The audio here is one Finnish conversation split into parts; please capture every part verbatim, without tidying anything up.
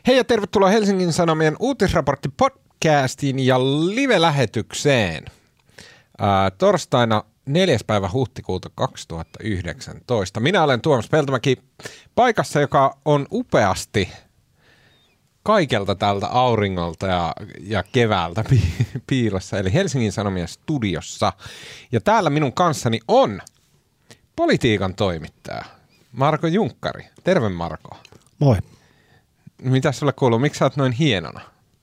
Hei ja tervetuloa Helsingin Sanomien uutisraportti-podcastiin ja live-lähetykseen. Ää, torstaina neljäs päivä huhtikuuta kaksituhattayhdeksäntoista. Minä olen Tuomas Peltomäki paikassa, joka on upeasti kaikelta tältä auringolta ja, ja keväältä pi- piilossa, eli Helsingin Sanomien studiossa. Ja täällä minun kanssani on politiikan toimittaja Marko Junkkari. Terve Marko. Moi. Mitä sulle kuuluu? Miksi sä oot noin hienona?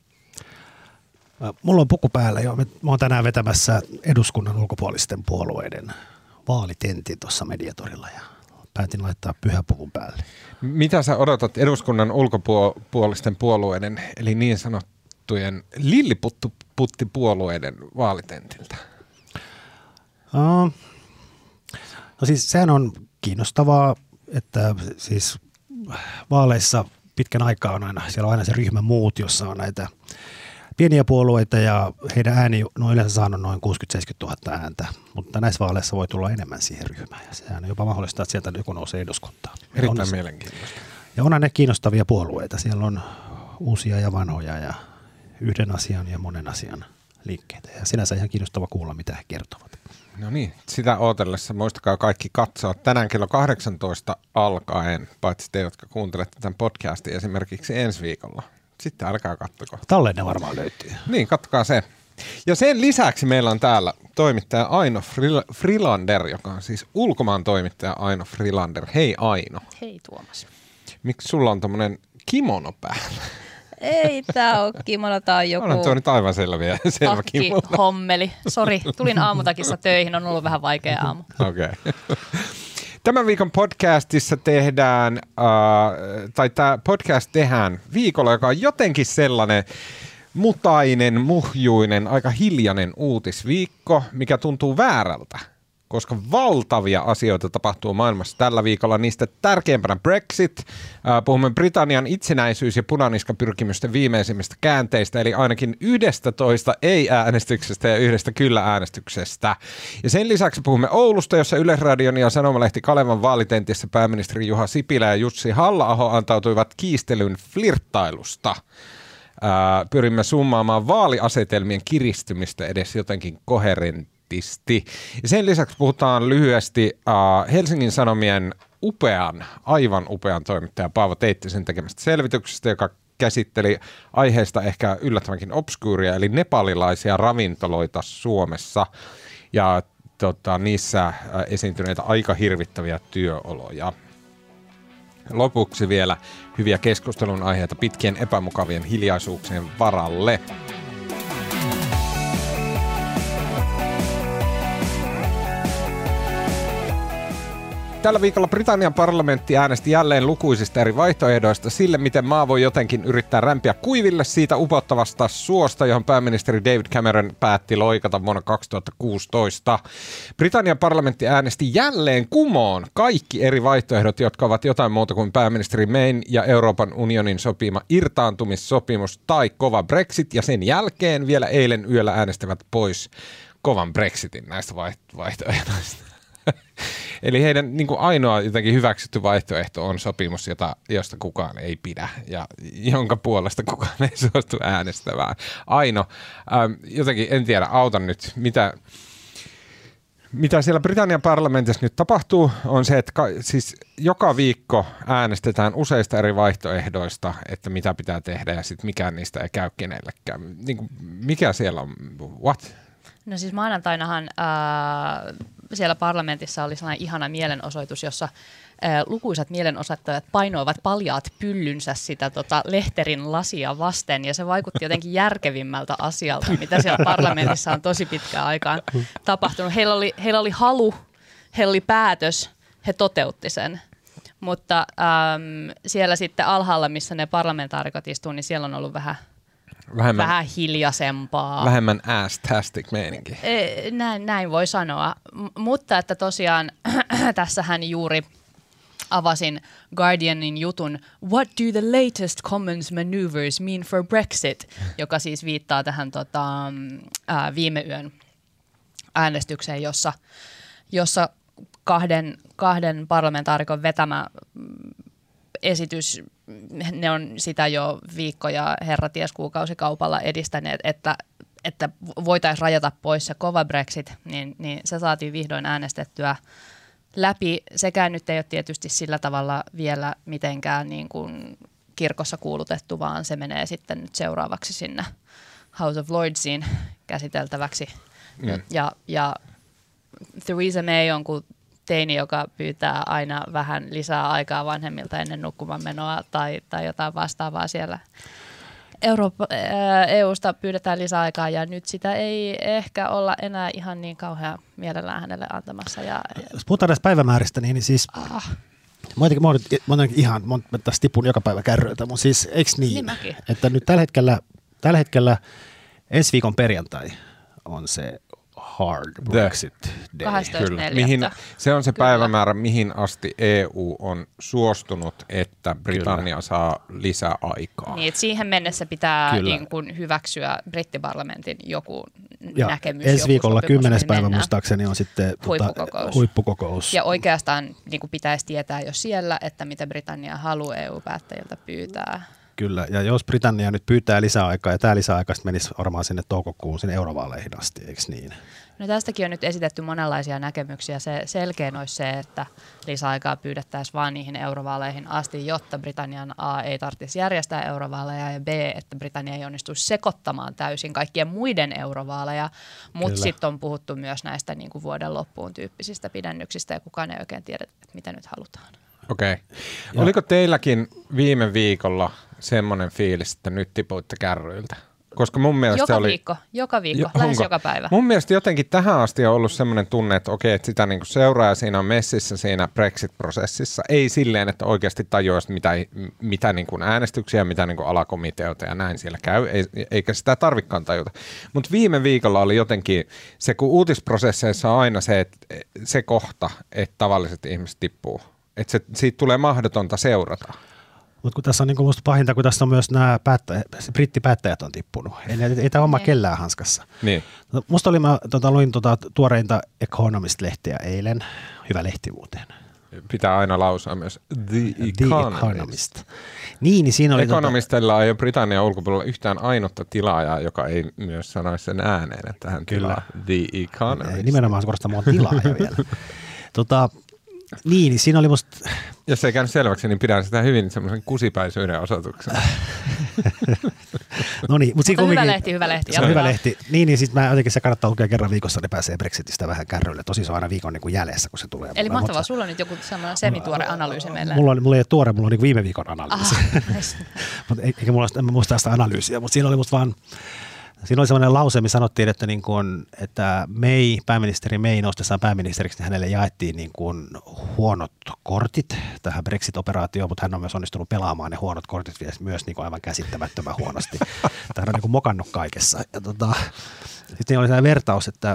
Mulla on puku päällä jo. Mä oon tänään vetämässä eduskunnan ulkopuolisten puolueiden vaalitentti tuossa Mediatorilla ja päätin laittaa pyhäpuvun päälle. Mitä sä odotat eduskunnan ulkopuolisten puolueiden, eli niin sanottujen lilliputtipuolueiden vaalitentiltä? Uh, no siis sehän on kiinnostavaa, että siis vaaleissa pitkän aikaa on aina, siellä on aina se ryhmä muut, jossa on näitä pieniä puolueita ja heidän ääni on yleensä saanut noin kuusikymmentä seitsemänkymmentä tuhatta ääntä, mutta näissä vaaleissa voi tulla enemmän siihen ryhmään ja sehän on jopa mahdollista, että sieltä joku nousee eduskuntaan. Erittäin on, mielenkiintoista. Ja onhan ne kiinnostavia puolueita, siellä on uusia ja vanhoja ja yhden asian ja monen asian liikkeitä ja sinänsä ihan kiinnostava kuulla, mitä he kertovat. No niin, sitä ootellessa muistakaa kaikki katsoa tänään kello kahdeksantoista alkaen, paitsi te, jotka kuuntelette tämän podcastin esimerkiksi ensi viikolla. Sitten älkää kattoko. Tallenne varmaan löytyy. Niin, kattokaa se. Ja sen lisäksi meillä on täällä toimittaja Aino Frilander, joka on siis ulkomaan toimittaja Aino Frilander. Hei Aino. Hei Tuomas. Miksi sulla on tommonen kimono päällä? Ei tää oo kimono, tää on joku Onhan tuo nyt aivan selviä, selvä kimono. hommeli. Sori, tulin aamutakissa töihin, on ollut vähän vaikea aamu. Okei. Okay. Tämän viikon podcastissa tehdään, äh, tai tämä podcast tehdään viikolla, joka on jotenkin sellainen mutainen, muhjuinen, aika hiljainen uutisviikko, mikä tuntuu väärältä, koska valtavia asioita tapahtuu maailmassa tällä viikolla. Niistä tärkeimpänä Brexit. Äh, puhumme Britannian itsenäisyys- ja punaniskapyrkimysten viimeisimmistä käänteistä, eli ainakin yhdestätoista ei-äänestyksestä ja yhdestä kyllä-äänestyksestä. Ja sen lisäksi puhumme Oulusta, jossa Yleisradion ja Sanomalehti Kalevan vaalitentissä pääministeri Juha Sipilä ja Jussi Halla-aho antautuivat kiistelyn flirttailusta. Äh, pyrimme summaamaan vaaliasetelmien kiristymistä edes jotenkin koherenttia. Ja sen lisäksi puhutaan lyhyesti uh, Helsingin Sanomien upean, aivan upean toimittaja Paavo Teittisen tekemästä selvityksestä, joka käsitteli aiheesta ehkä yllättävänkin obskuuria, eli nepalilaisia ravintoloita Suomessa ja tota, niissä uh, esiintyneitä aika hirvittäviä työoloja. Lopuksi vielä hyviä keskustelun aiheita pitkien epämukavien hiljaisuuksien varalle. Tällä viikolla Britannian parlamentti äänesti jälleen lukuisista eri vaihtoehdoista sille, miten maa voi jotenkin yrittää rämpiä kuiville siitä upottavasta suosta, johon pääministeri David Cameron päätti loikata vuonna kaksituhattakuusitoista. Britannian parlamentti äänesti jälleen kumoon kaikki eri vaihtoehdot, jotka ovat jotain muuta kuin pääministeri Mayn ja Euroopan unionin sopima irtaantumissopimus tai kova Brexit, ja sen jälkeen vielä eilen yöllä äänestävät pois kovan Brexitin näistä vaihtoehdoista. Eli heidän niin kuin ainoa jotenkin hyväksytty vaihtoehto on sopimus, jota, josta kukaan ei pidä ja jonka puolesta kukaan ei suostu äänestämään. Aino, ähm, jotenkin en tiedä, autan nyt, mitä, mitä siellä Britannian parlamentissa nyt tapahtuu, on se, että ka, siis joka viikko äänestetään useista eri vaihtoehdoista, että mitä pitää tehdä ja sitten mikään niistä ei käy kenellekään. Niin kuin, mikä siellä on? What? No siis maanantainahan äh, siellä parlamentissa oli sellainen ihana mielenosoitus, jossa äh, lukuisat mielenosoittajat painoivat paljaat pyllynsä sitä tota, lehterin lasia vasten, ja se vaikutti jotenkin järkevimmältä asialta, mitä siellä parlamentissa on tosi pitkään aikaan tapahtunut. Heillä oli, heillä oli halu, heillä oli päätös, he toteutti sen. Mutta ähm, siellä sitten alhaalla, missä ne parlamentaarikot istuu, niin siellä on ollut vähän Vähemmän, vähän hiljaisempaa. Vähemmän ass-tastic meininki. E, näin, näin voi sanoa. M- mutta että tosiaan tässähän juuri avasin Guardianin jutun What do the latest Commons maneuvers mean for Brexit, joka siis viittaa tähän tota, ää, viime yön äänestykseen, jossa, jossa kahden, kahden parlamentaarikon vetämä esitys, ne on sitä jo viikkoja herraties kuukausikaupalla edistäneet, että että voitaisiin rajata pois se kova Brexit, niin, niin se saatiin vihdoin äänestettyä läpi. Sekään nyt ei ole tietysti sillä tavalla vielä mitenkään niin kuin kirkossa kuulutettu, vaan se menee sitten nyt seuraavaksi sinne House of Lordsiin käsiteltäväksi. Mm. Ja, ja Theresa May on kuin teini, joka pyytää aina vähän lisää aikaa vanhemmilta ennen nukkumanmenoa tai, tai jotain vastaavaa siellä. Eurooppa, E U:sta pyydetään lisäaikaa ja nyt sitä ei ehkä olla enää ihan niin kauhean mielellään hänelle antamassa. Ja, jos puhutaan näistä päivämääristä, niin siis ah. mä oon, mä oon, mä oon ihan, mä oon tässä tipun joka päivä kärryiltä, mutta siis eikö niin, niin että nyt tällä hetkellä, tällä hetkellä ensi viikon perjantai on se hard Brexit day. Kyllä. Mihin, se on se Kyllä. päivämäärä, mihin asti E U on suostunut, että Britannia Kyllä. saa lisää aikaa. Niin, että siihen mennessä pitää niin kuin hyväksyä brittiparlamentin joku ja näkemys. Ensi viikolla kymmenes päivä muistaakseni on sitten huippukokous. Tota, huippukokous. Ja oikeastaan niin kuin pitäisi tietää jo siellä, että mitä Britannia haluaa E U-päättäjiltä pyytää. Kyllä, ja jos Britannia nyt pyytää lisäaikaa, ja tämä lisäaika menisi varmaan sinne toukokuun, sinne eurovaaleihin asti, eikö niin? No tästäkin on nyt esitetty monenlaisia näkemyksiä. Se selkein olisi se, että lisäaikaa pyydettäisiin vain niihin eurovaaleihin asti, jotta Britannian A ei tarvitsisi järjestää eurovaaleja, ja B, että Britannia ei onnistuisi sekoittamaan täysin kaikkien muiden eurovaaleja, mutta sitten on puhuttu myös näistä niin kuin vuoden loppuun tyyppisistä pidennyksistä, ja kukaan ei oikein tiedä, että mitä nyt halutaan. Okei. Okay. Oliko teilläkin viime viikolla semmoinen fiilis, että nyt tipuitte kärryiltä? Koska mun mielestä joka se oli... viikko, joka viikko, jo, lähes onko? joka päivä. Mun mielestä jotenkin tähän asti on ollut semmoinen tunne, että okei, että sitä niinku seuraa ja siinä on messissä siinä Brexit-prosessissa. Ei silleen, että oikeasti tajuaisi mitä, mitä niinku äänestyksiä, mitä niinku alakomiteoita ja näin siellä käy, ei, eikä sitä tarvikaan tajuta. Mutta viime viikolla oli jotenkin se, kun uutisprosesseissa on aina se, että, se kohta, että tavalliset ihmiset tippuu. Että se, siitä tulee mahdotonta seurata. Mutta kun tässä on niinku musta pahinta, kun tässä on myös nämä päättäjät, brittipäättäjät on tippunut. Ei, ei, ei tämä oma kellään hanskassa. Niin. Musta oli, mä tota, luin tota, tuoreinta Economist-lehtiä eilen. Hyvä lehti muuten. Pitää aina lausua myös The Economist. The Economist. Niin, niin siinä oli... Economistilla tota... ei ole Britannian ulkopuolella yhtään ainutta tilaajaa, joka ei myös sanoisi sen ääneen, että hän tilaa The Economist. Ei, nimenomaan suorastaan mua tilaaja vielä. tota... Niin, niin siinä oli musta... Jos ei käynyt selväksi, niin pidän sitä hyvin semmoisen kusipäisyyden osoituksena. no niin, mutta siinä hyvä lehti, hyvä lehti. Se on hyvä lehti. Niin, niin sitten mä jotenkin se kannattaa lukea kerran viikossa, niin pääsee Brexitistä vähän kärryille. Tosi se on aina viikon niin kuin jäljessä, kun se tulee. Eli mahtavaa, mutta... sulla on nyt joku sellainen semituore analyysi meillä. Mulla, on, mulla ei ole tuore, mulla on niin viime viikon analyysi. mutta eikä mulla en mä muista sitä analyysiä, mutta siinä oli musta vaan... Siinä oli sellainen lause, missä sanottiin, että, niin kuin, että May, pääministeri May noustessaan pääministeriksi, niin hänelle jaettiin niin kuin huonot kortit tähän Brexit-operaatioon, mutta hän on myös onnistunut pelaamaan ne huonot kortit myös niin kuin aivan käsittämättömän huonosti. Hän on niin kuin mokannut kaikessa. Ja tota, sitten oli sellainen vertaus, että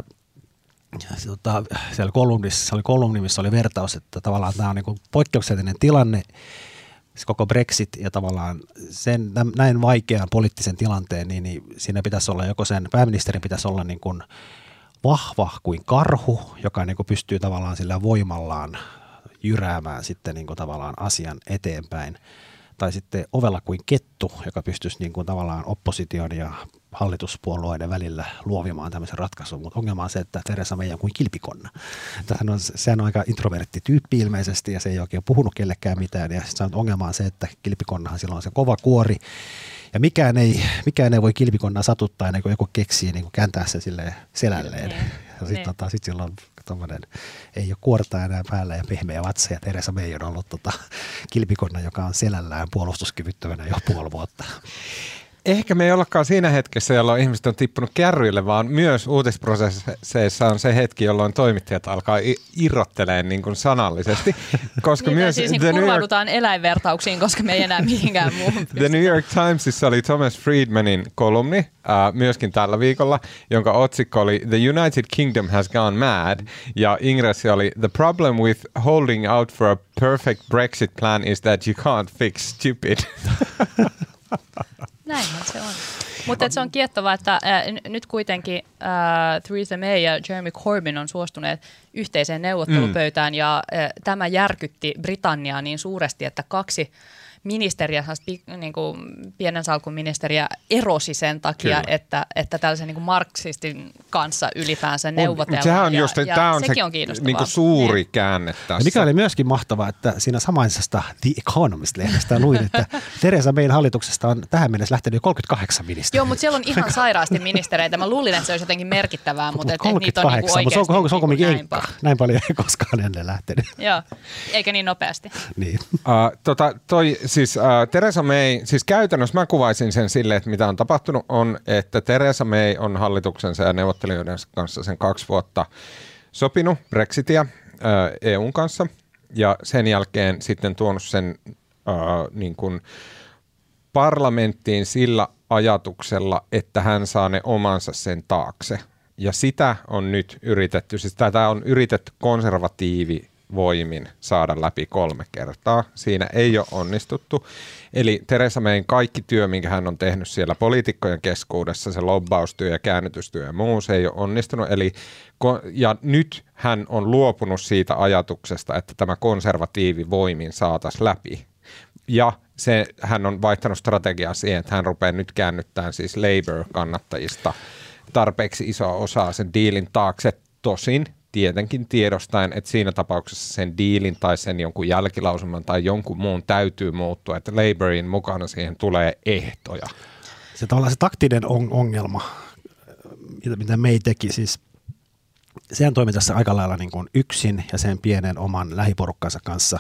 tota, siellä kolumnissa oli kolumni, missä oli vertaus, että tavallaan tämä on niin kuin poikkeuksellinen tilanne, koko Brexit ja tavallaan sen näin vaikean poliittisen tilanteen, niin, niin siinä pitäisi olla joko sen pääministerin pitäisi olla niin kuin vahva kuin karhu, joka niin kuin pystyy tavallaan sillä voimallaan jyräämään sitten niin kuin tavallaan asian eteenpäin, tai sitten ovella kuin kettu, joka pystyisi niin kuin tavallaan opposition ja hallituspuolueiden välillä luovimaan tämmöisen ratkaisun, mutta ongelma on se, että Theresa May on kuin kilpikonna. Tämähän on, sehän on aika introvertti tyyppi ilmeisesti ja se ei oikein puhunut kellekään mitään ja sitten ongelma on se, että kilpikonnahan silloin on se kova kuori ja mikään ei, mikään ei voi kilpikonnaa satuttaa ennen kuin joku keksii niin kuin kääntää se silleen selälleen. Ne, ja sitten tota, sit silloin tommoinen, ei ole kuorta enää päällä ja pehmeä vatsa ja Theresa May on ollut tota, kilpikonna, joka on selällään puolustuskyvyttömänä jo puoli vuotta. Ehkä me ei ollakaan siinä hetkessä, jolloin ihmiset on tippunut kärryille, vaan myös uutisprosesseissa on se hetki, jolloin toimittajat alkaa irrottelemaan niin kuin sanallisesti. Koska niin, myös siis niin kurvaudutaan York... eläinvertauksiin, koska me ei enää mihinkään muuhun. The New York Timesissa oli Thomas Friedmanin kolumni äh, myöskin tällä viikolla, jonka otsikko oli The United Kingdom has gone mad, ja ingressi oli The problem with holding out for a perfect Brexit plan is that you can't fix stupid. Näinhän se on. Mutta se on kiehtovaa, että äh, nyt kuitenkin äh, Theresa May ja Jeremy Corbyn on suostuneet yhteiseen neuvottelupöytään mm. ja äh, tämä järkytti Britanniaa niin suuresti, että kaksi ministeriä, niin kuin pienen salkun ministeriä erosi sen takia, että, että tällaisen niin kuin marksistin kanssa ylipäänsä neuvotellaan. Sehän on ja, just, ja tämä on sekin se on kiinnostavaa. Niin kuin suuri niin. käänne tässä. Ja mikä oli myöskin mahtavaa, että siinä samaisesta The Economist-lehdestä luin, että Theresa Mayn hallituksesta on tähän mennessä lähtenyt jo kolmekymmentäkahdeksan ministeriä. Joo, mutta siellä on ihan sairaasti ministereitä. Mä luulin, että se olisi jotenkin merkittävää, mutta et, et niitä on niin kuin oikeasti mutta se on, se on niin näin, paljon. näin paljon ei koskaan ennen lähtenyt. Joo, eikä niin nopeasti. niin. Uh, tota, toi, siis, uh, Theresa May, siis käytännössä mä kuvaisin sen silleen, että mitä on tapahtunut on, että Theresa May on hallituksensa ja neuvottelijoiden kanssa sen kaksi vuotta sopinut Brexitia uh, E U:n kanssa ja sen jälkeen sitten tuonut sen uh, niin kuin parlamenttiin sillä ajatuksella, että hän saa ne omansa sen taakse. Ja sitä on nyt yritetty, siis tätä on yritetty konservatiivi voimin saada läpi kolme kertaa. Siinä ei ole onnistuttu. Eli Theresa Mayn kaikki työ, minkä hän on tehnyt siellä poliitikkojen keskuudessa, se lobbaustyö ja käännytystyö ja muu, se ei ole onnistunut. Eli, ja nyt hän on luopunut siitä ajatuksesta, että tämä konservatiivi voimin saataisiin läpi. Ja se, hän on vaihtanut strategiaa siihen, että hän rupeaa nyt käännyttämään siis Labour-kannattajista tarpeeksi isoa osaa sen diilin taakse. Tosin tietenkin tiedostaen, että siinä tapauksessa sen diilin tai sen jonkun jälkilausuman tai jonkun muun täytyy muuttua, että Labourin mukana siihen tulee ehtoja. Se tavallaan se taktinen on, ongelma, mitä, mitä May teki, siis sehän toimi tässä aika lailla niin kuin yksin ja sen pienen oman lähiporukkansa kanssa.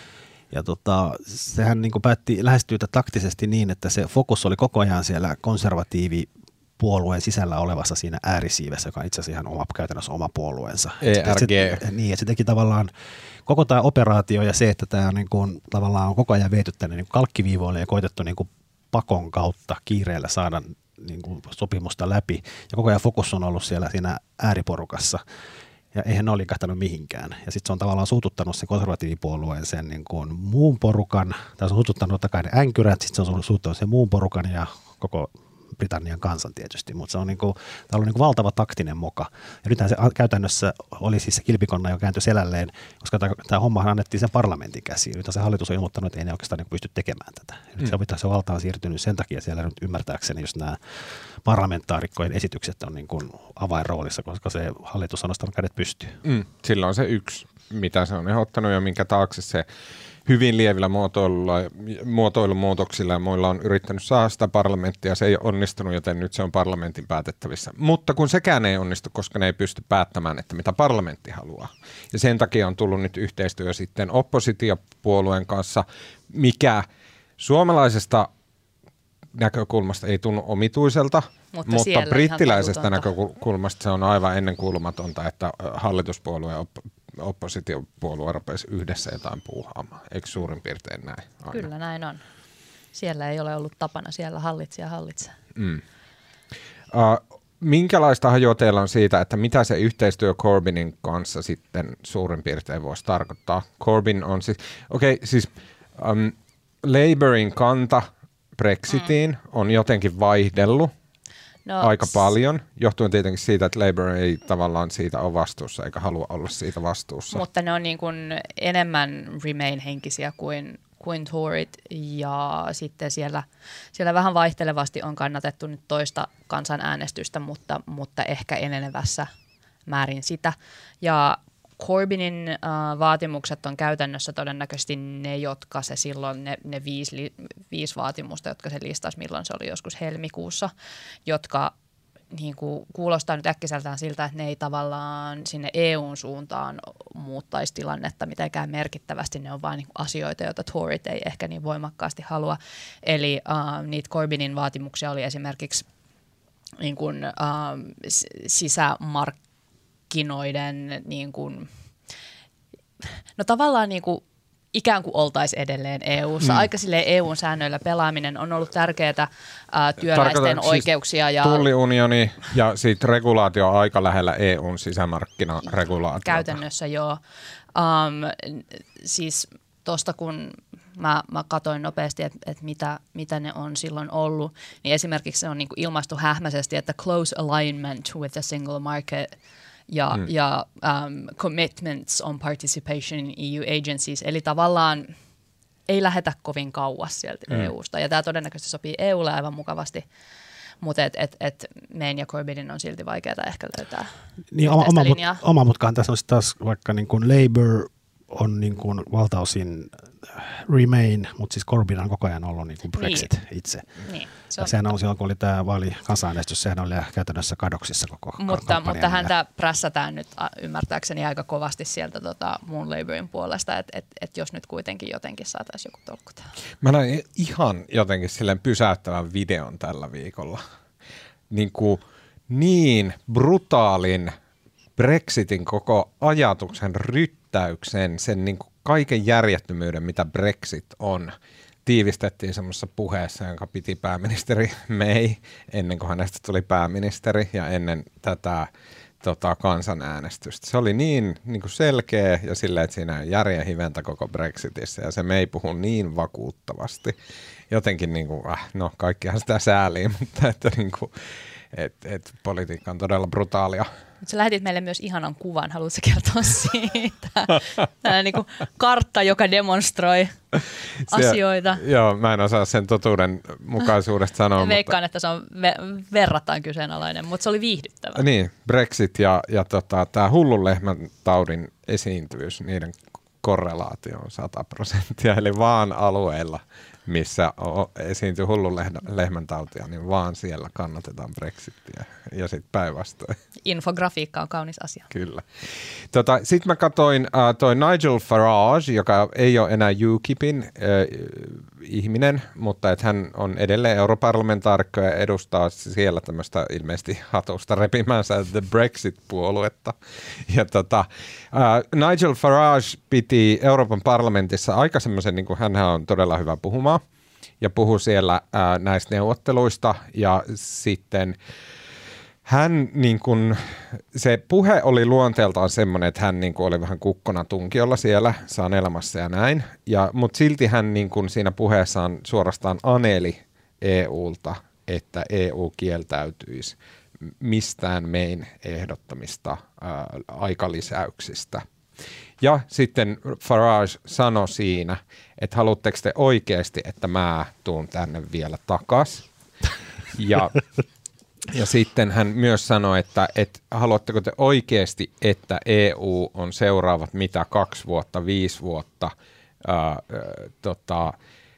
Ja tota, sehän niin kuin päätti lähestyä taktisesti niin, että se fokus oli koko ajan siellä konservatiivi puolueen sisällä olevassa siinä äärisiivessä, joka on itse asiassa ihan oma, käytännössä oma puolueensa. E R G. Se, niin, ja se teki tavallaan koko tämä operaatio ja se, että tämä on niin kuin, tavallaan on koko ajan viety tänne niin kuin kalkkiviivoille ja koitettu niin kuin pakon kautta kiireellä saada niin kuin sopimusta läpi. Ja koko ajan fokus on ollut siellä siinä ääriporukassa. Ja eihän ne ole liikahtanut mihinkään. Ja sitten se on tavallaan suututtanut sen konservatiivipuolueen sen niin kuin muun porukan, tai se on suututtanut totta kai ne änkyrät, sitten se on suututtanut sen muun porukan ja koko Britannian kansan tietysti, mutta se on niinku, tämä on niinku valtava taktinen moka. Ja nythän se käytännössä oli siis se kilpikonna, joka kääntyi selälleen, koska tämä hommahan annettiin sen parlamentin käsiin. Nyt se hallitus on ilmoittanut, että ei ne oikeastaan niinku pysty tekemään tätä. Ja nyt mm. se, se valta on siirtynyt sen takia siellä nyt ymmärtääkseni, jos nämä parlamentaarikkojen esitykset on niinku avainroolissa, koska se hallitus on nostanut kädet pystyyn. Mm. Sillä on se yksi, mitä se on ehdottanut ja minkä taakse se hyvin lievillä muotoilulla, muotoilumuutoksilla ja muilla on yrittänyt saada sitä parlamenttia. Se ei ole onnistunut, joten nyt se on parlamentin päätettävissä. Mutta kun sekään ei onnistu, koska ne ei pysty päättämään, että mitä parlamentti haluaa. Ja sen takia on tullut nyt yhteistyö sitten oppositiopuolueen kanssa, mikä suomalaisesta näkökulmasta ei tunnu omituiselta, mutta, mutta brittiläisestä näkökulmasta se on aivan ennenkuulumatonta, että hallituspuolue op- oppositiopuolue rupesi yhdessä jotain puuhaamaan. Eikö suurin piirtein näin? Aina? Kyllä näin on. Siellä ei ole ollut tapana, siellä hallitsija hallitsee. Mm. Uh, minkälaista hajua teillä on siitä, että mitä se yhteistyö Corbynin kanssa sitten suurin piirtein voisi tarkoittaa? Corbyn on siis, okei okay, siis um, Labourin kanta Brexitiin mm. on jotenkin vaihdellut no, aika paljon, johtuen tietenkin siitä, että Labour ei tavallaan siitä ole vastuussa eikä halua olla siitä vastuussa. Mutta ne on niin kuin enemmän Remain-henkisiä kuin, kuin Toryt ja sitten siellä, siellä vähän vaihtelevasti on kannatettu nyt toista kansanäänestystä, mutta, mutta ehkä enenevässä määrin sitä. Ja Corbynin äh, vaatimukset on käytännössä todennäköisesti ne, jotka se silloin, ne, ne viisi, li, viisi vaatimusta, jotka se listasi, milloin se oli joskus helmikuussa, jotka niin kuin, kuulostaa nyt äkkiseltään siltä, että ne ei tavallaan sinne E U:n suuntaan muuttaisi tilannetta mitenkään merkittävästi. Ne on vain niin kuin asioita, joita Toryt ei ehkä niin voimakkaasti halua. Eli äh, niitä Corbynin vaatimuksia oli esimerkiksi niin kuin, äh, sisämarkkinoiden markkinoiden niin kuin, no tavallaan niin kuin ikään kuin oltaisiin edelleen E U:ssa. Hmm. Aika silleen E U:n säännöillä pelaaminen on ollut tärkeää ää, työläisten Tarkoitan, oikeuksia. Siis ja tulliunioni ja sitten regulaatio aika lähellä E U:n sisämarkkinaregulaatiota. Käytännössä joo. Um, siis tuosta kun mä, mä katsoin nopeasti, että et mitä, mitä ne on silloin ollut, niin esimerkiksi se on niinku ilmaistu hähmäisesti, että close alignment with the single market ja, mm. ja um, commitments on participation in E U agencies, eli tavallaan ei lähetä kovin kauas sieltä mm. E U:sta, ja tämä todennäköisesti sopii E U:lle aivan mukavasti. Mutta et, et, et Mayn ja Corbynin on silti vaikeaa ehkä löytää niin, oma, oma, mut, oma mutkaan tässä on taas vaikka niin kuin Labour on niin kuin valtaosin Remain, mutta siis Corbyn on koko ajan ollut niin kuin Brexit niin. itse. Niin, se on sehän on silloin, kun oli tämä vaali kansanäänestys, sehän oli käytännössä kadoksissa koko Mutta, mutta häntä prässätään nyt ymmärtääkseni aika kovasti sieltä tota, muun Labourin puolesta, että et, et jos nyt kuitenkin jotenkin saataisiin joku tolkku tähän. Mä näin ihan jotenkin silleen pysäyttävän videon tällä viikolla. Niin, kuin niin brutaalin Brexitin koko ajatuksen ryttäyksen, sen niin kuin kaiken järjettömyyden, mitä Brexit on, tiivistettiin semmoisessa puheessa, jonka piti pääministeri May ennen kuin hänestä tuli pääministeri ja ennen tätä tota, kansanäänestystä. Se oli niin, niin kuin selkeä ja silleen, että siinä on järjen hiventä koko Brexitissä ja se May puhui niin vakuuttavasti. Jotenkin niin kuin, äh, no kaikkihan sitä säälii, mutta että niin kuin, et, et politiikka on todella brutaalia. Sä lähetit meille myös ihanan kuvan. Haluatko kertoa siitä? Tällainen niin kuin kartta, joka demonstroi asioita. Se, joo, mä en osaa sen totuuden mukaisuudesta sanoa. Veikkaan, mutta että se on ve- verrattain kyseenalainen, mutta se oli viihdyttävä. Niin, Brexit ja, ja tota, tämä hullun lehmän taudin esiintyvyys, niiden korrelaatio on sata prosenttia, eli vaan alueella, missä esiintyy hullun lehmän tautia, niin vaan siellä kannatetaan Brexittiä ja sitten päinvastoin. Infografiikka on kaunis asia. Kyllä. Tota, sitten mä katsoin äh, toi Nigel Farage, joka ei ole enää U K I Pin äh, ihminen, mutta että hän on edelleen europarlamentaarikko ja edustaa siellä tämmöistä ilmeisesti hatusta repimänsä The Brexit-puoluetta. Ja tota, äh, Nigel Farage piti Euroopan parlamentissa aika semmoisen, niin kuin hänhän on todella hyvä puhumaan, ja puhui siellä ää, näistä neuvotteluista, ja sitten hän, niin kun, se puhe oli luonteeltaan semmoinen, että hän niin kun, oli vähän kukkona tunkiolla siellä sanelemassa ja näin, ja, mutta silti hän niin kun, siinä puheessaan suorastaan aneli E U:lta, että E U kieltäytyisi mistään Mayn ehdottamista ää, aikalisäyksistä. Ja sitten Farage sanoi siinä, että haluatteko te oikeasti, että mä tuun tänne vielä takas. Ja, ja sitten hän myös sanoi, että, että haluatteko te oikeasti, että E U on seuraavat mitä kaksi vuotta, viisi vuotta ää, tota,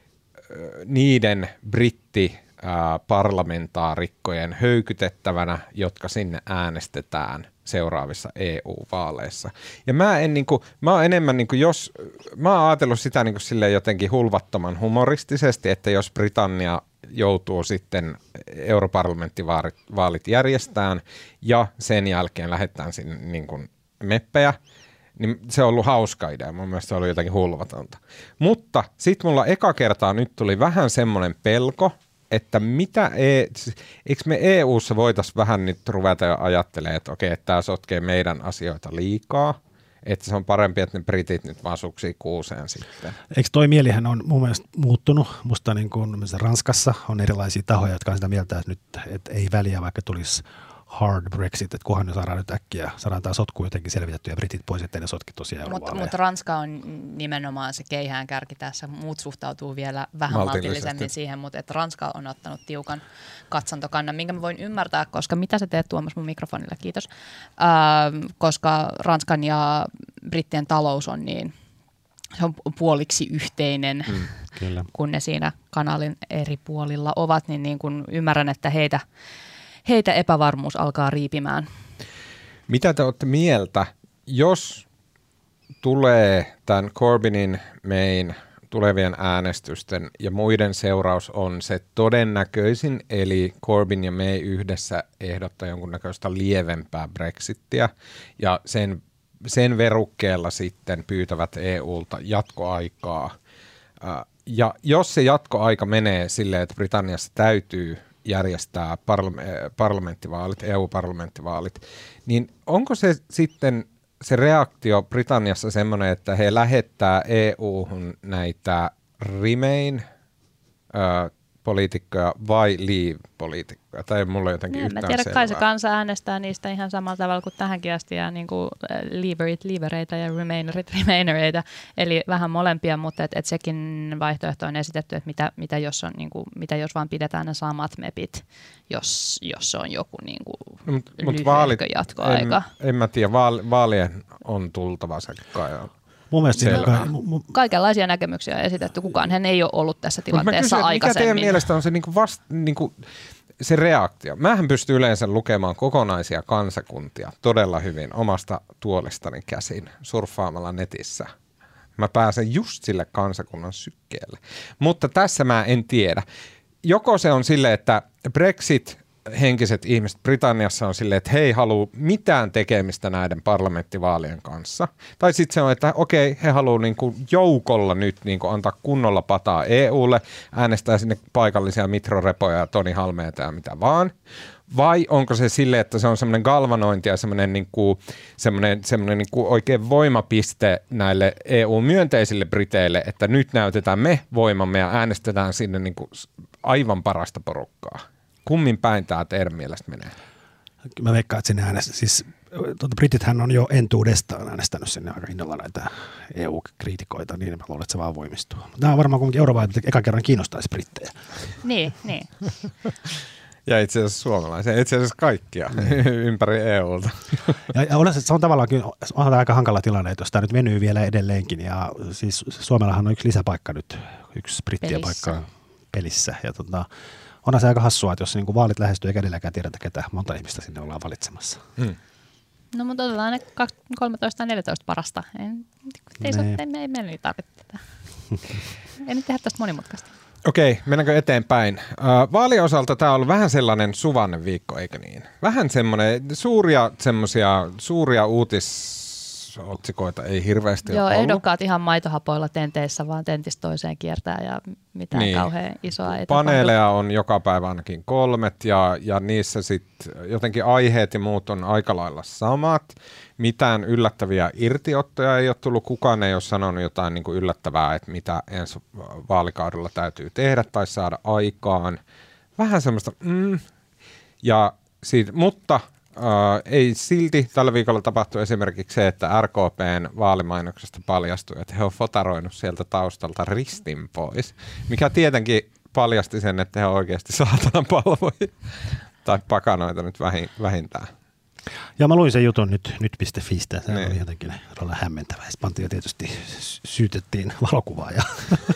niiden britti ää, parlamentaarikkojen höykytettävänä, jotka sinne äänestetään seuraavissa E U-vaaleissa. Ja mä en niinku, mä oon enemmän niinku, jos, mä oon ajatellut sitä niinku silleen jotenkin hulvattoman humoristisesti, että jos Britannia joutuu sitten europarlamenttivaalit järjestään ja sen jälkeen lähdetään sinne niinku meppejä, niin se on ollut hauska idea. Mun mielestä se oli jotenkin hulvatonta. Mutta sit mulla eka kertaa nyt tuli vähän semmoinen pelko, että mitä, e- eikö me E U:ssa voitaisiin vähän nyt ruveta jo ajattelemaan, että okei, että tämä sotkee meidän asioita liikaa, että se on parempi, että ne britit nyt vaan suksii kuuseen sitten. Eikö toi mielihän on mun mielestä muuttunut? Musta niin kuin Ranskassa on erilaisia tahoja, jotka on sitä mieltä, että nyt että ei väliä, vaikka tulisi hard Brexit, että kunhan ne saadaan nyt äkkiä, saadaan tämä sotku jotenkin selvitetty ja britit pois, ettei ne sotki tosiaan eurovaaleja. Mutta mut Ranska on nimenomaan se keihään kärki tässä. Muut suhtautuu vielä vähän maltillisemmin siihen, mutta et Ranska on ottanut tiukan katsantokannan, minkä mä voin ymmärtää, koska mitä sä teet Tuomas mun mikrofonilla, kiitos, ähm, koska Ranskan ja brittien talous on niin, se on puoliksi yhteinen, mm, kyllä. Kun ne siinä kanalin eri puolilla ovat, niin, niin kun ymmärrän, että heitä Heitä epävarmuus alkaa riipimään. Mitä te olette mieltä, jos tulee tämän Corbynin, Mayn tulevien äänestysten ja muiden seuraus on se todennäköisin, eli Corbyn ja May yhdessä ehdottaa jonkunnäköistä lievempää Brexittiä ja sen, sen verukkeella sitten pyytävät E U:lta jatkoaikaa. Ja jos se jatkoaika menee silleen, että Britanniassa täytyy järjestää parlamenttivaalit, E U-parlamenttivaalit, niin onko se sitten se reaktio Britanniassa semmoinen, että he lähettää E U:hun näitä Remain äh, poliitikkoja vai Leave-poliitikkoja? Tai ei mulla jotenkin en yhtään mä tiedä, selvää. kai se kansa äänestää niistä ihan samalla tavalla kuin tähänkin asti, ja niin kuin Leaverit, Leavereita ja Remainerit, Remainereita, eli vähän molempia, mutta et, et sekin vaihtoehto on esitetty, että mitä, mitä, jos on, niin kuin, mitä jos vaan pidetään ne samat mepit, jos, jos se on joku niin kuin no, mut, mut lyhyehkö vaalit, jatkoaika. En, en mä tiedä, vaal, vaalien on tultava se kai on. Mun mielestä Selvä. Kaikenlaisia näkemyksiä on esitetty. Kukaan hän ei ole ollut tässä tilanteessa kysyn, aikaisemmin. Mikä teidän mielestä on se, niinku vast, niinku, se reaktio? Mähän pystyn yleensä lukemaan kokonaisia kansakuntia todella hyvin omasta tuolistani käsin surffaamalla netissä. Mä pääsen just sille kansakunnan sykkeelle. Mutta tässä mä en tiedä. Joko se on silleen, että Brexit henkiset ihmiset Britanniassa on silleen, että he ei halua mitään tekemistä näiden parlamenttivaalien kanssa. Tai sitten se on, että okei, he haluaa niinku joukolla nyt niinku antaa kunnolla pataa E U:lle, äänestää sinne paikallisia mitrorepoja ja Toni Halmeita ja mitä vaan. Vai onko se silleen, että se on semmoinen galvanointi ja semmoinen, niinku, semmoinen, semmoinen niinku oikein voimapiste näille E U-myönteisille briteille, että nyt näytetään me voimamme ja äänestetään sinne niinku aivan parasta porukkaa. Kummin päin tämä teidän mielestä menee? Mä veikkaan, että sinne äänestä. Siis tuota, Britithän on jo entuudestaan äänestänyt sinne aika hinnalla näitä E U-kriitikoita, niin mä luulen, että se vaan voimistuu. Tämä on varmaan kuitenkin eurovaalit, että eka kerran kiinnostaisi brittejä. Niin, niin. Ja itse asiassa suomalaisia, itse asiassa kaikkia ympäri E U:lta. Ja, ja on, se on tavallaan kyllä, onhan tämä aika hankala tilanne, että jos tämä nyt venyy vielä edelleenkin, ja siis Suomellahan on yksi lisäpaikka nyt, yksi brittien paikka pelissä, ja tota, onhan se aika hassua, että jos niin kuin vaalit lähestyy eikä edelläkään tiedetä ketä monta ihmistä sinne ollaan valitsemassa. Hmm. No mutta otetaan ne kolmetoista ja neljätoista parasta. Ei, ei, se, ei, ei meillä ei tarvitse tätä. Ei nyt tehdä tästä monimutkaista. Okei, mennäänkö eteenpäin? Uh, vaalien osalta tämä on ollut vähän sellainen suvannen viikko, eikö niin? Vähän semmoinen, suuria, semmoisia, suuria uutisotsikoita ei hirveästi Joo, ole ollut. ehdokkaat ihan maitohapoilla tenteissä, vaan tentistä toiseen kiertää ja mitään niin. kauhean isoa ei Paneeleja tapahdu. on joka päivä ainakin kolmet ja, ja niissä sitten jotenkin aiheet ja muut on aika lailla samat. Mitään yllättäviä irtiottoja ei ole tullut. Kukaan ei ole sanonut jotain niin kuin yllättävää, että mitä ensi vaalikaudella täytyy tehdä tai saada aikaan. Vähän semmoista, mm. ja siitä, mutta Uh, ei silti tällä viikolla tapahtui esimerkiksi se, että R K P:n vaalimainoksesta paljastui, että he on fotaroinut sieltä taustalta ristin pois, mikä tietenkin paljasti sen, että he on oikeasti saatanan palvoja tai pakanoita nyt vähintään. Ja mä luin sen jutun nyt, nyt piste fistä, se niin. oli jotenkin todella hämmentävä. Spantiin ja tietysti syytettiin valokuvaa ja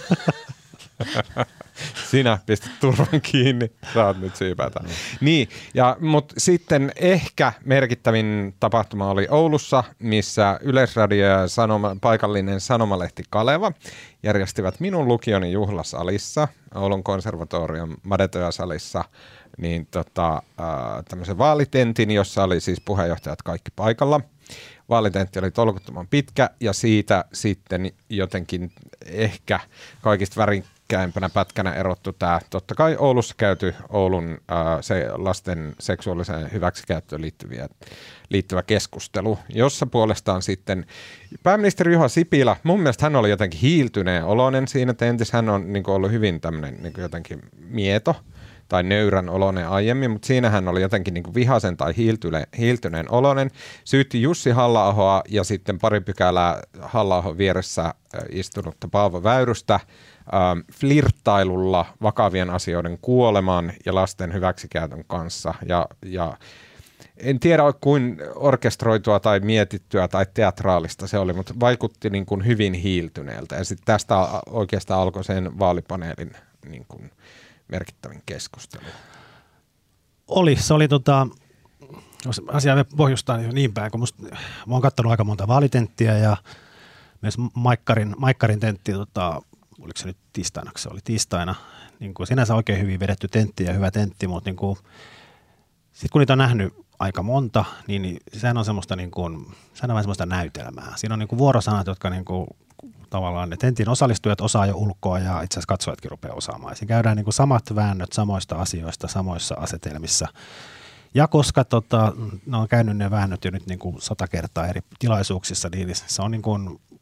Sinä pistät turvan kiinni, saat nyt syypätä. Mm. Niin, ja, mutta sitten ehkä merkittävin tapahtuma oli Oulussa, missä Yleisradio ja sanoma, paikallinen sanomalehti Kaleva järjestivät minun lukioni juhlasalissa, Oulun konservatorion Madetoja-salissa, niin tota, äh, tämmöisen vaalitentin, jossa oli siis puheenjohtajat kaikki paikalla. Vaalitentti oli tolkuttoman pitkä ja siitä sitten jotenkin ehkä kaikista värikkäimpänä pätkänä erottu tämä totta kai Oulussa käyty Oulun ää, se lasten seksuaaliseen hyväksikäyttöön liittyviä, liittyvä keskustelu, jossa puolestaan sitten pääministeri Juha Sipilä, mun mielestä hän oli jotenkin hiiltyneen oloinen siinä tentissä, hän on niin kuin ollut hyvin tämmöinen niin kuin jotenkin mieto tai nöyrän oloinen aiemmin, mutta siinä hän oli jotenkin niin kuin vihaisen tai hiiltyneen, hiiltyneen oloinen. Syytti Jussi Halla-ahoa ja sitten pari pykälää Halla-ahon vieressä istunutta Paavo Väyrystä ähm, flirttailulla vakavien asioiden kuoleman ja lasten hyväksikäytön kanssa. Ja, ja en tiedä, kuin orkestroitua tai mietittyä tai teatraalista se oli, mutta vaikutti niin kuin hyvin hiiltyneeltä. Ja sitten tästä oikeastaan alkoi sen vaalipaneelin niin kuin merkittävin keskustelu. Oli, se oli tota, jos asiaa pohjustaa niin päin, kun musta, mä oon katsonut aika monta vaalitenttiä ja myös Maikkarin, Maikkarin tentti, tota, oliko se nyt tiistaina, se oli tiistaina, niin kuin sinänsä oikein hyvin vedetty tentti ja hyvä tentti, mutta niin kuin, sitten kun niitä on nähnyt aika monta, niin, niin sehän on semmoista, niin kuin, sehän on vähän semmoista näytelmää. Siinä on niin kuin vuorosanat, jotka niin kuin, tavallaan ne tentin osallistujat osaa jo ulkoa ja itse asiassa katsojatkin rupeaa osaamaan. Siinä käydään niin kuin samat väännöt samoista asioista, samoissa asetelmissa. Ja koska tota, ne on käynyt ne väännöt jo nyt niin kuin sata kertaa eri tilaisuuksissa, niin se on niin kuin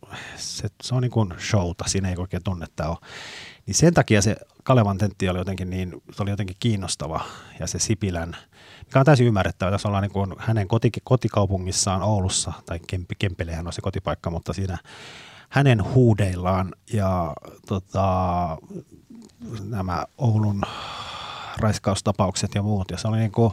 se, se on niin kuin showta, siinä ei oikein tunnetta ole. Niin sen takia se Kalevan tentti oli jotenkin niin, se oli jotenkin kiinnostava ja se Sipilän, mikä on täysin ymmärrettävä. Tässä ollaan niin kuin hänen koti, kotikaupungissaan Oulussa, tai Kemp, Kempelehän on se kotipaikka, mutta siinä hänen huudeillaan ja tota, nämä Oulun raiskaustapaukset ja muut. Ja se oli niin kuin,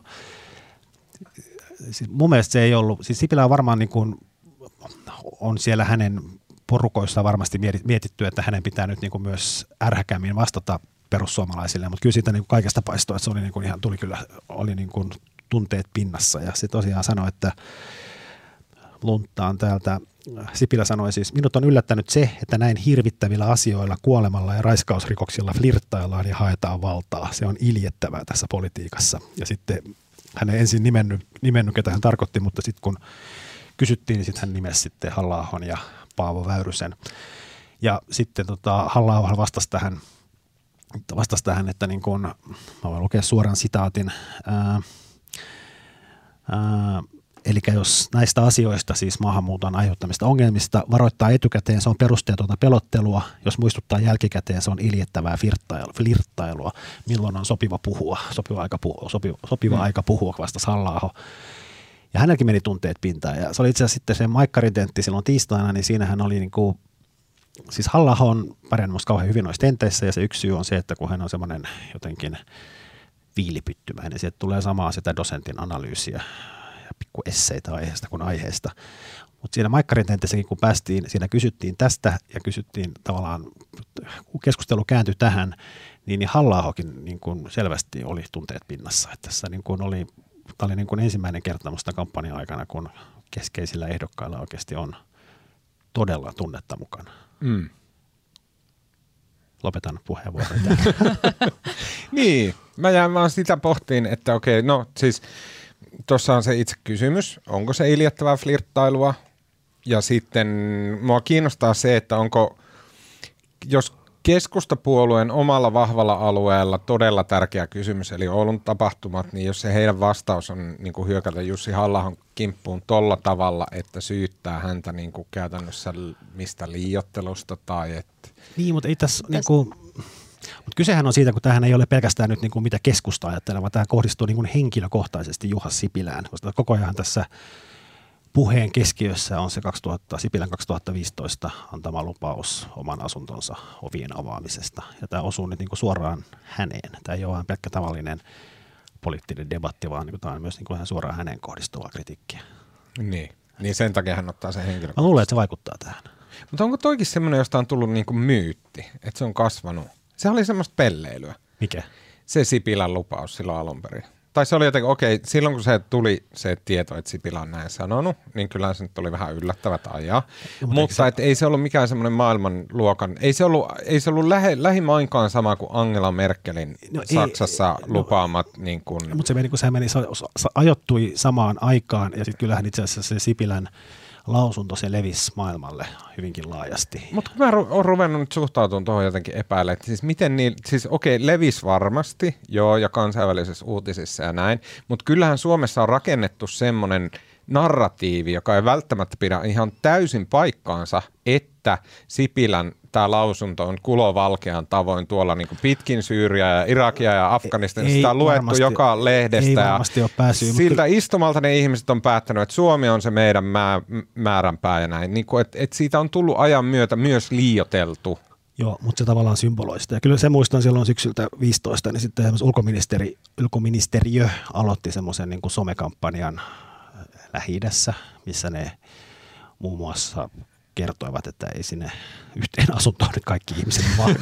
siis mun mielestä se ei ollut, siis Sipilä on varmaan niin kuin, on siellä hänen porukoissa varmasti mietitty, että hänen pitää nyt niin kuin myös ärhäkämmin vastata perussuomalaisille, mutta kyllä siitä niin kuin kaikesta paistoi, että se oli niin kuin ihan, tuli kyllä, oli niin kuin tunteet pinnassa ja se tosiaan sanoi, että lunttaan täältä, Sipilä sanoi siis, minut on yllättänyt se, että näin hirvittävillä asioilla, kuolemalla ja raiskausrikoksilla flirttaillaan ja haetaan valtaa. Se on iljettävää tässä politiikassa. Ja sitten hän ei ensin nimennyt, nimennyt ketä hän tarkoitti, mutta sitten kun kysyttiin, niin sitten hän nimesi sitten Halla-ahon ja Paavo Väyrysen. Ja sitten tota, Halla-aho vastasi tähän, vastasi tähän, että niin kun, mä voin lukea suoran sitaatin, ää, ää, eli jos näistä asioista, siis maahanmuuton aiheuttamista ongelmista, varoittaa etukäteen, se on perusteetonta pelottelua. Jos muistuttaa jälkikäteen, se on iljettävää flirttailua. Milloin on sopiva puhua, sopiva aika puhua, sopiva, sopiva mm. aika puhua, vastasi Halla-aho. Ja hänelläkin meni tunteet pintaan. Ja se oli itse asiassa sitten se Maikkarin tentti silloin tiistaina, niin siinähän oli niin kuin, siis Halla-aho on pärjännyt musta kauhean hyvin noissa tenteissä, ja se yksi syy on se, että kun hän on semmoinen jotenkin viilipyttymäinen, niin sieltä tulee samaa sitä dosentin analyysiä ja pikku esseitä aiheesta kuin aiheesta. Mutta siinä Maikkarin tentissäkin, kun päästiin, siinä kysyttiin tästä ja kysyttiin tavallaan, kun keskustelu kääntyi tähän, niin, niin Halla-ahokin niin kuin selvästi oli tunteet pinnassa. Että tässä niin kuin oli, tämä oli niin kuin ensimmäinen kerta musta kampanjan aikana, kun keskeisillä ehdokkailla oikeasti on todella tunnetta mukana. Mm. Lopetan puheenvuoron tähän. Niin, mä jään vaan sitä pohtiin, että okei, no siis tuossa on se itse kysymys, onko se iljettävää flirttailua, ja sitten mua kiinnostaa se, että onko, jos keskustapuolueen omalla vahvalla alueella todella tärkeä kysymys, eli Oulun tapahtumat, niin jos se heidän vastaus on niin kuin hyökätä Jussi Halla-ahon kimppuun tolla tavalla, että syyttää häntä niin kuin käytännössä mistä liioittelusta tai että... Niin, mutta ei tässä... Niin kuin... Mutta kysehän on siitä, kun tämähän ei ole pelkästään nyt niin kuin mitä keskusta ajattelee, vaan tämä kohdistuu niin kuin henkilökohtaisesti Juha Sipilään, koska koko ajan tässä puheen keskiössä on se kaksituhatta, Sipilän kaksituhattaviisitoista antama lupaus oman asuntonsa ovien avaamisesta. Ja tämä osuu nyt niin kuin suoraan häneen. Tämä ei ole vain pelkkä tavallinen poliittinen debatti, vaan niin kuin tämä on myös niin kuin suoraan häneen kohdistuvaa kritiikkiä. Niin. niin sen takia hän ottaa sen henkilökohtaisesti. Mä luulen, että se vaikuttaa tähän. Mutta onko toikin semmoinen, josta on tullut niin kuin myytti, että se on kasvanut? Se oli semmoista pelleilyä. Mikä? Se Sipilän lupaus silloin alun perin. Tai se oli jotenkin, okei, okay, silloin kun se tuli se tieto, että Sipilä on näin sanonut, niin kyllä se nyt oli vähän yllättävät ajaa. No, mutta se... Et ei se ollut mikään semmoinen maailmanluokan, ei se ollut, ei se ollut lähe, lähimainkaan sama kuin Angela Merkelin no, Saksassa ei, lupaamat. No, niin kun... Mutta se meni, kun se meni, se ajoittui samaan aikaan, ja sitten kyllähän itse asiassa se Sipilän lausunto, se levisi maailmalle hyvinkin laajasti. Mutta kun mä oon ruvennut nyt suhtautumaan tuohon jotenkin epäilemään, että siis miten niin, siis okei, okay, levisi varmasti, joo, ja kansainvälisissä uutisissa ja näin, mutta kyllähän Suomessa on rakennettu semmoinen narratiivi, joka ei välttämättä pidä ihan täysin paikkaansa, että Sipilän tämä lausunto on kulovalkean tavoin tuolla niin kuin pitkin Syyriaa ja Irakia ja Afganistan. Sitä on luettu varmasti, joka lehdestä. Ei varmasti ole päässyt. Siltä istumalta ne ihmiset on päättänyt, että Suomi on se meidän mä, määränpää ja näin. Niin kuin, että, että siitä on tullut ajan myötä myös liioteltu. Joo, mutta se tavallaan symboloi sitä. Ja kyllä se muistan silloin syksyltä viisitoista, niin sitten ulkoministeri, ulkoministeriö aloitti semmoisen niin kuin somekampanjan Lähi-idässä, missä ne muun muassa kertoivat, että ei sinne yhteen asuntoon nyt kaikki ihmiset mahdu.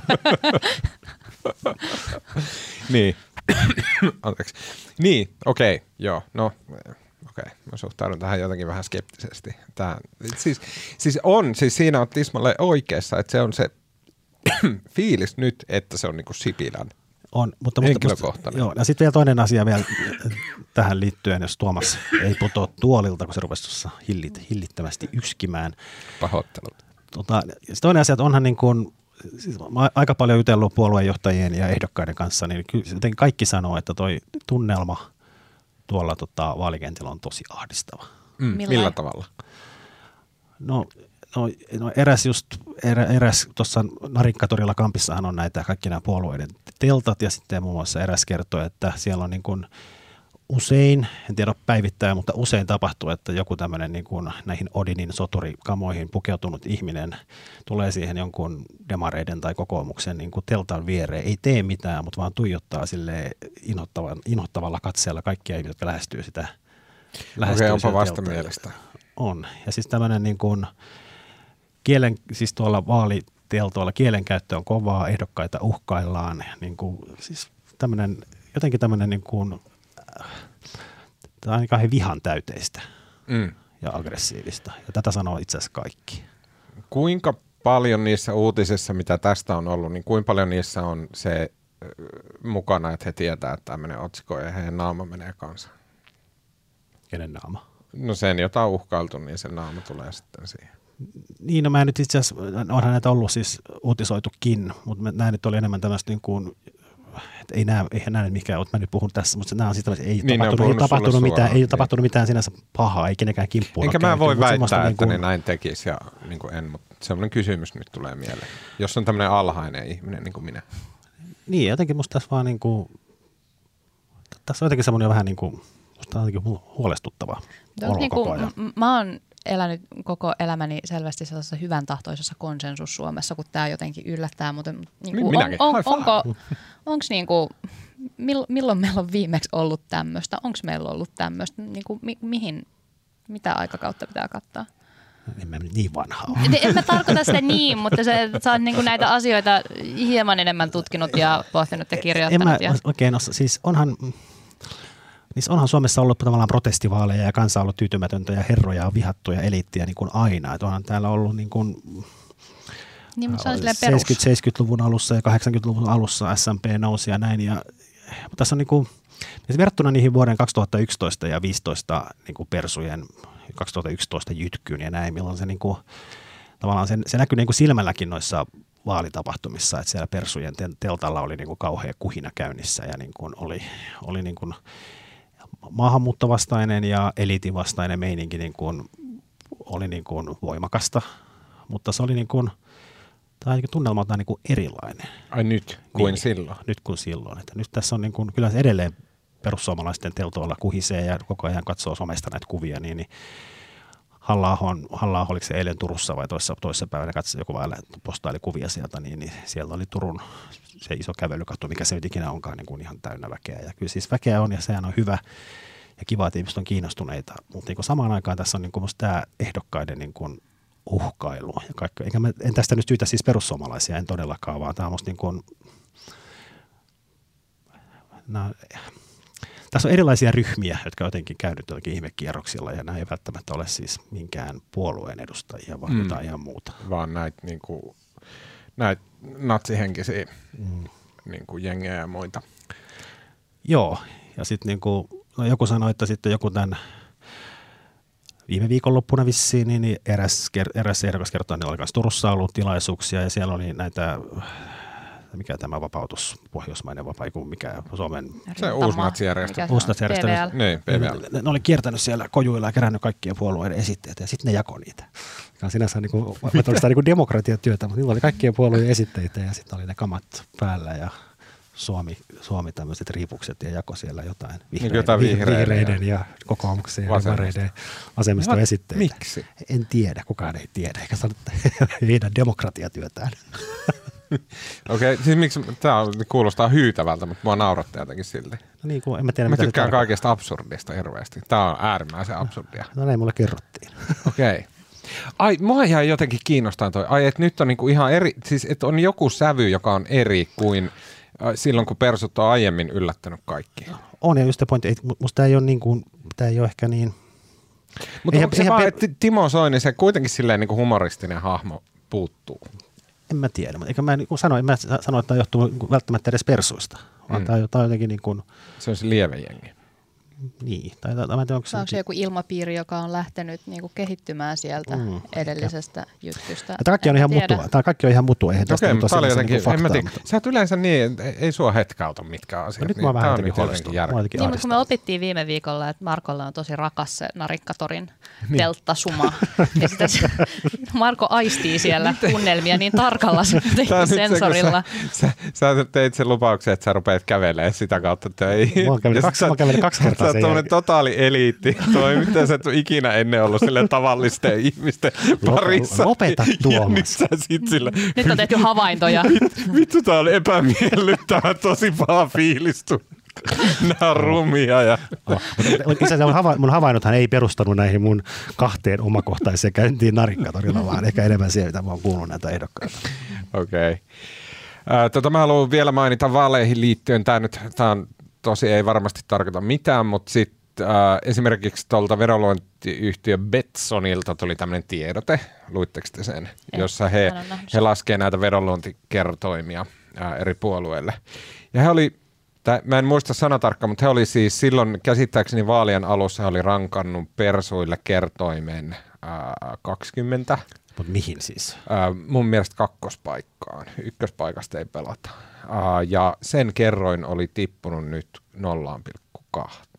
Niin, anteeksi. Niin, okei, okay, joo, no okei, okay. Mä suhtaudun tähän jotenkin vähän skeptisesti. Tää, siis, siis on, siis siinä on tismalle oikeassa, että se on se fiilis nyt, että se on niinku Sipilän. On, mutta henkilökohtainen. Joo, ja sitten vielä toinen asia vielä tähän liittyen, jos Tuomas ei putoa tuolilta, kun se rupesi tuossa hillit, hillittömästi yskimään. Pahoittelut. Tota, toinen asia, että onhan niin kuin, siis mä aika paljon jutellut puoluejohtajien ja ehdokkaiden kanssa, niin kyllä kaikki sanoo, että toi tunnelma tuolla tota, vaalikentillä on tosi ahdistava. Mm, millä tavalla? No No, no eräs just, erä, eräs tuossa Narinkkatorilla Kampissahan on näitä kaikki nämä puolueiden teltat ja sitten muun muassa eräs kertoo, että siellä on niin kuin usein, en tiedä päivittäin, mutta usein tapahtuu, että joku tämmöinen niin kuin näihin Odinin soturikamoihin pukeutunut ihminen tulee siihen jonkun demareiden tai kokoomuksen niin kuin teltan viereen, ei tee mitään, mutta vaan tuijottaa sille inhottavalla katseella kaikkia ihmisiä, jotka lähestyy sitä. Okei, onpa vastamielistä. On. Ja siis tämmöinen niin kuin kielen, siis tuolla vaaliteltoilla kielenkäyttö on kovaa, ehdokkaita uhkaillaan, niin kuin, siis tämmöinen, jotenkin tämmöinen niin kuin, tämä on aika vihan täyteistä mm. ja aggressiivista. Ja tätä sanoo itse asiassa kaikki. Kuinka paljon niissä uutisissa, mitä tästä on ollut, niin kuinka paljon niissä on se mukana, että he tietää, että tämmöinen otsikko ja heidän naama menee kanssa? Kenen naama? No sen, jota on uhkailtu, niin sen naama tulee sitten siihen. Niin, no mä nyt itse asiassa, onhan näitä ollut siis uutisoitukin, mutta nämä nyt oli enemmän tämmöistä niin kuin, että ei nämä, eihän nämä mikään, mä nyt puhun tässä, mutta nämä on sitten, ei, niin tapahtunut, ei, tapahtunut, mitään, ei niin. tapahtunut mitään sinänsä pahaa, ei kenenkään kimppuun. Enkä mä voi väittää, että niin kuin, ne näin tekisi, ja niin kuin en, mutta semmoinen kysymys nyt tulee mieleen. Jos on tämmöinen alhainen ihminen, niin kuin minä. Niin, jotenkin musta tässä vaan niin kuin, tässä on jotenkin semmoinen vähän niin kuin, musta on jotenkin huolestuttava olo niin koko ajan. M- mä oon elänyt koko elämäni selvästi sellaisessa hyvän tahtoisessa konsensus Suomessa, kun tämä jotenkin yllättää, mutta niin kuin, on, on, onko, onks niin kuin, milloin meillä on viimeksi ollut tämmöistä? Onko meillä ollut tämmöistä? Niin kuin, mi, mihin, mitä aikakautta pitää kattaa? En mä niin vanha ole. En mä tarkoita sitä niin, mutta se, sä oot niin kuin näitä asioita hieman enemmän tutkinut ja pohtinut ja kirjoittanut. En mä ja... oikein osaa. Siis onhan... Niin onhan Suomessa ollut tavallaan protestivaaleja ja kansa on ollut tyytymätöntä ja herroja on vihattu ja eliittiä niin kuin aina. Että onhan täällä ollut niin kuin niin, mutta se on seitsemänkymmentäluvun alussa ja kahdeksankymmentäluvun alussa S M P nousi ja näin. Ja, mutta tässä on niin kuin, verrattuna niihin vuoden kaksituhattayksitoista ja viisitoista niin kuin persujen, kaksituhattayksitoista jytkyyn ja näin, milloin se, niin kuin, tavallaan se, se näkyy niin kuin silmälläkin noissa vaalitapahtumissa, että siellä persujen teltalla oli niin kuin kauhea kuhina käynnissä ja niin kuin oli, oli niin kuin maahanmuuttovastainen ja eliitivastainen meininki niin kuin oli niin kuin voimakasta, mutta se oli niin kuin, tai tunnelmaltaan niin kuin erilainen. Ai nyt kuin niin, silloin? Nyt kuin silloin. Että nyt tässä on niin kuin, kyllä se edelleen perussuomalaisten teltoilla kuhisee ja koko ajan katsoo somesta näitä kuvia, niin, niin Halla-ahon, Halla-aho, oliko se eilen Turussa vai toissa, toissa päivänä katsoi joku vähän postaili kuvia sieltä, niin, niin siellä oli Turun se iso kävelykatu, mikä se nyt ikinä onkaan niin kuin ihan täynnä väkeä. Ja kyllä siis väkeä on ja sehän on hyvä ja kiva, että ihmiset on kiinnostuneita, mutta niin kuin samaan aikaan tässä on niin kuin musta tämä ehdokkaiden niin kuin uhkailu ja kaikki. Eikä mä, en tästä nyt syytä siis perussuomalaisia, en todellakaan, vaan tämä on musta niin kuin, no, tässä on erilaisia ryhmiä, jotka on jotenkin käynyt jotenkin ihmekierroksilla ja nämä ei välttämättä ole siis minkään puolueen edustajia, vaan mm. jotain ihan muuta. Vaan näitä niin kuin, näitä natsihenkisiä mm. niin kuin jengejä ja muita. Joo, ja sitten niin kuin, no joku sanoi, että sitten joku tämän viime viikonloppuna vissiin, niin eräs, eräs ehdokas kertoi, että oli myös Turussa ollut tilaisuuksia ja siellä oli näitä, mikä tämä vapautus, pohjoismainen vapaa, mikä Suomen... Se uusi natsijärjestö. Uusi natsijärjestö. Niin, P V L. Ne, ne oli kiertänyt siellä kojuilla ja kerännyt kaikkien puolueiden esitteitä ja sitten ne jakoi niitä. Ja sinänsä niin kuin, niin kuin demokratiatyötä, mutta niillä oli kaikkien puolueiden esitteitä ja sitten oli ne kamat päällä ja Suomi, Suomi tämmöiset riipukset ja jako siellä jotain vihreiden, jotain vihreiden, vihreiden ja, ja kokoomuksen ja demareiden vasemmistoesitteitä. Miksi? En tiedä, kukaan ei tiedä, eikä sano, että heidän demokratiatyötään. Okei, okay, siis miksi, tämä kuulostaa hyytävältä, mutta mua naurattaa jotenkin silti. No niin, kun en mä tiedä, mä mitä tykkään kaikesta absurdista hirveästi. Tämä on äärimmäisen absurdia. No näin mulle kerrottiin. Okei. Okay. Ai, mua ihan jotenkin kiinnostaa toi. Ai, että nyt on niinku ihan eri, siis että on joku sävy, joka on eri kuin silloin, kun persut on aiemmin yllättänyt kaikki. On, ja just se pointti, musta tämä ei ole niin kuin, tämä ei ole ehkä niin... Mutta onko se vaan, per... että Timo Soini, se kuitenkin silleen niin kuin humoristinen hahmo puuttuu? En mä tiedä, mutta eikä mä niin sano, en mä sano, että tämä johtuu välttämättä edes persuista, vaan mm. tämä on jotenkin niin kuin... Se on se lieve jengi. Niin. Tai, tai, tai, onko, onko se joku ilmapiiri, joka on lähtenyt niinku kehittymään sieltä mm. edellisestä jytkystä? Tämä kaikki on ihan mutua. Tämä kaikki on ihan mutua. Eihän tästä Okei, okay, mutta jotenkin, faktaa, en mä tiedä. mutta... Sä oot yleensä niin, ei sua hetkauta mitkään asiat. No nyt niin, mä oon vähän jotenkin huolestunut. Niin, mutta kun me opittiin viime viikolla, että Markolla on tosi rakas se Narikkatorin niin. telttasuma. Ja sitä se, Marko aistii siellä tunnelmia niin tarkalla sensorilla. Se, sä, sä teit sen lupauksen, että sä rupeat kävelemään sitä kautta töihin. Mä oon kävellyt kaksi, kaksi kertaa sen jälkeen. Sä oot tommonen totaali eliitti. Toimittaja, sä et ole ikinä ennen ollut sille tavallisten ihmisten parissa. Lopeta Tuomas. Nyt, nyt on tehty havaintoja. Vittu, tää on epämiellyttävä, tosi paha fiilis. Nää on rumia. Ja... Oh, mun havainnothan ei perustanut näihin mun kahteen omakohtaiseen käyntiin Narikkatorilla, vaan ehkä enemmän siihen, mitä mä oon kuullut näitä ehdokkaita. Okei. Okay. Tota, mä haluan vielä mainita vaaleihin liittyen. Tää nyt tää on, tosi ei varmasti tarkoita mitään, mutta sitten äh, esimerkiksi tuolta veroluontiyhtiö Betsonilta tuli tämmöinen tiedote. Luitteko te sen? Ei, jossa he, he laskee näitä veroluontikertoimia äh, eri puolueille. Ja he oli... Mä en muista sanatarkkaan, mutta he oli siis silloin käsittääkseni vaalien alussa he oli rankannut persuille kertoimen ää, kaksikymmentä. Mutta mihin siis? Ää, mun mielestä kakkospaikkaan. Ykköspaikasta ei pelata. Ää, ja sen kerroin oli tippunut nyt nolla pilkku kaksi.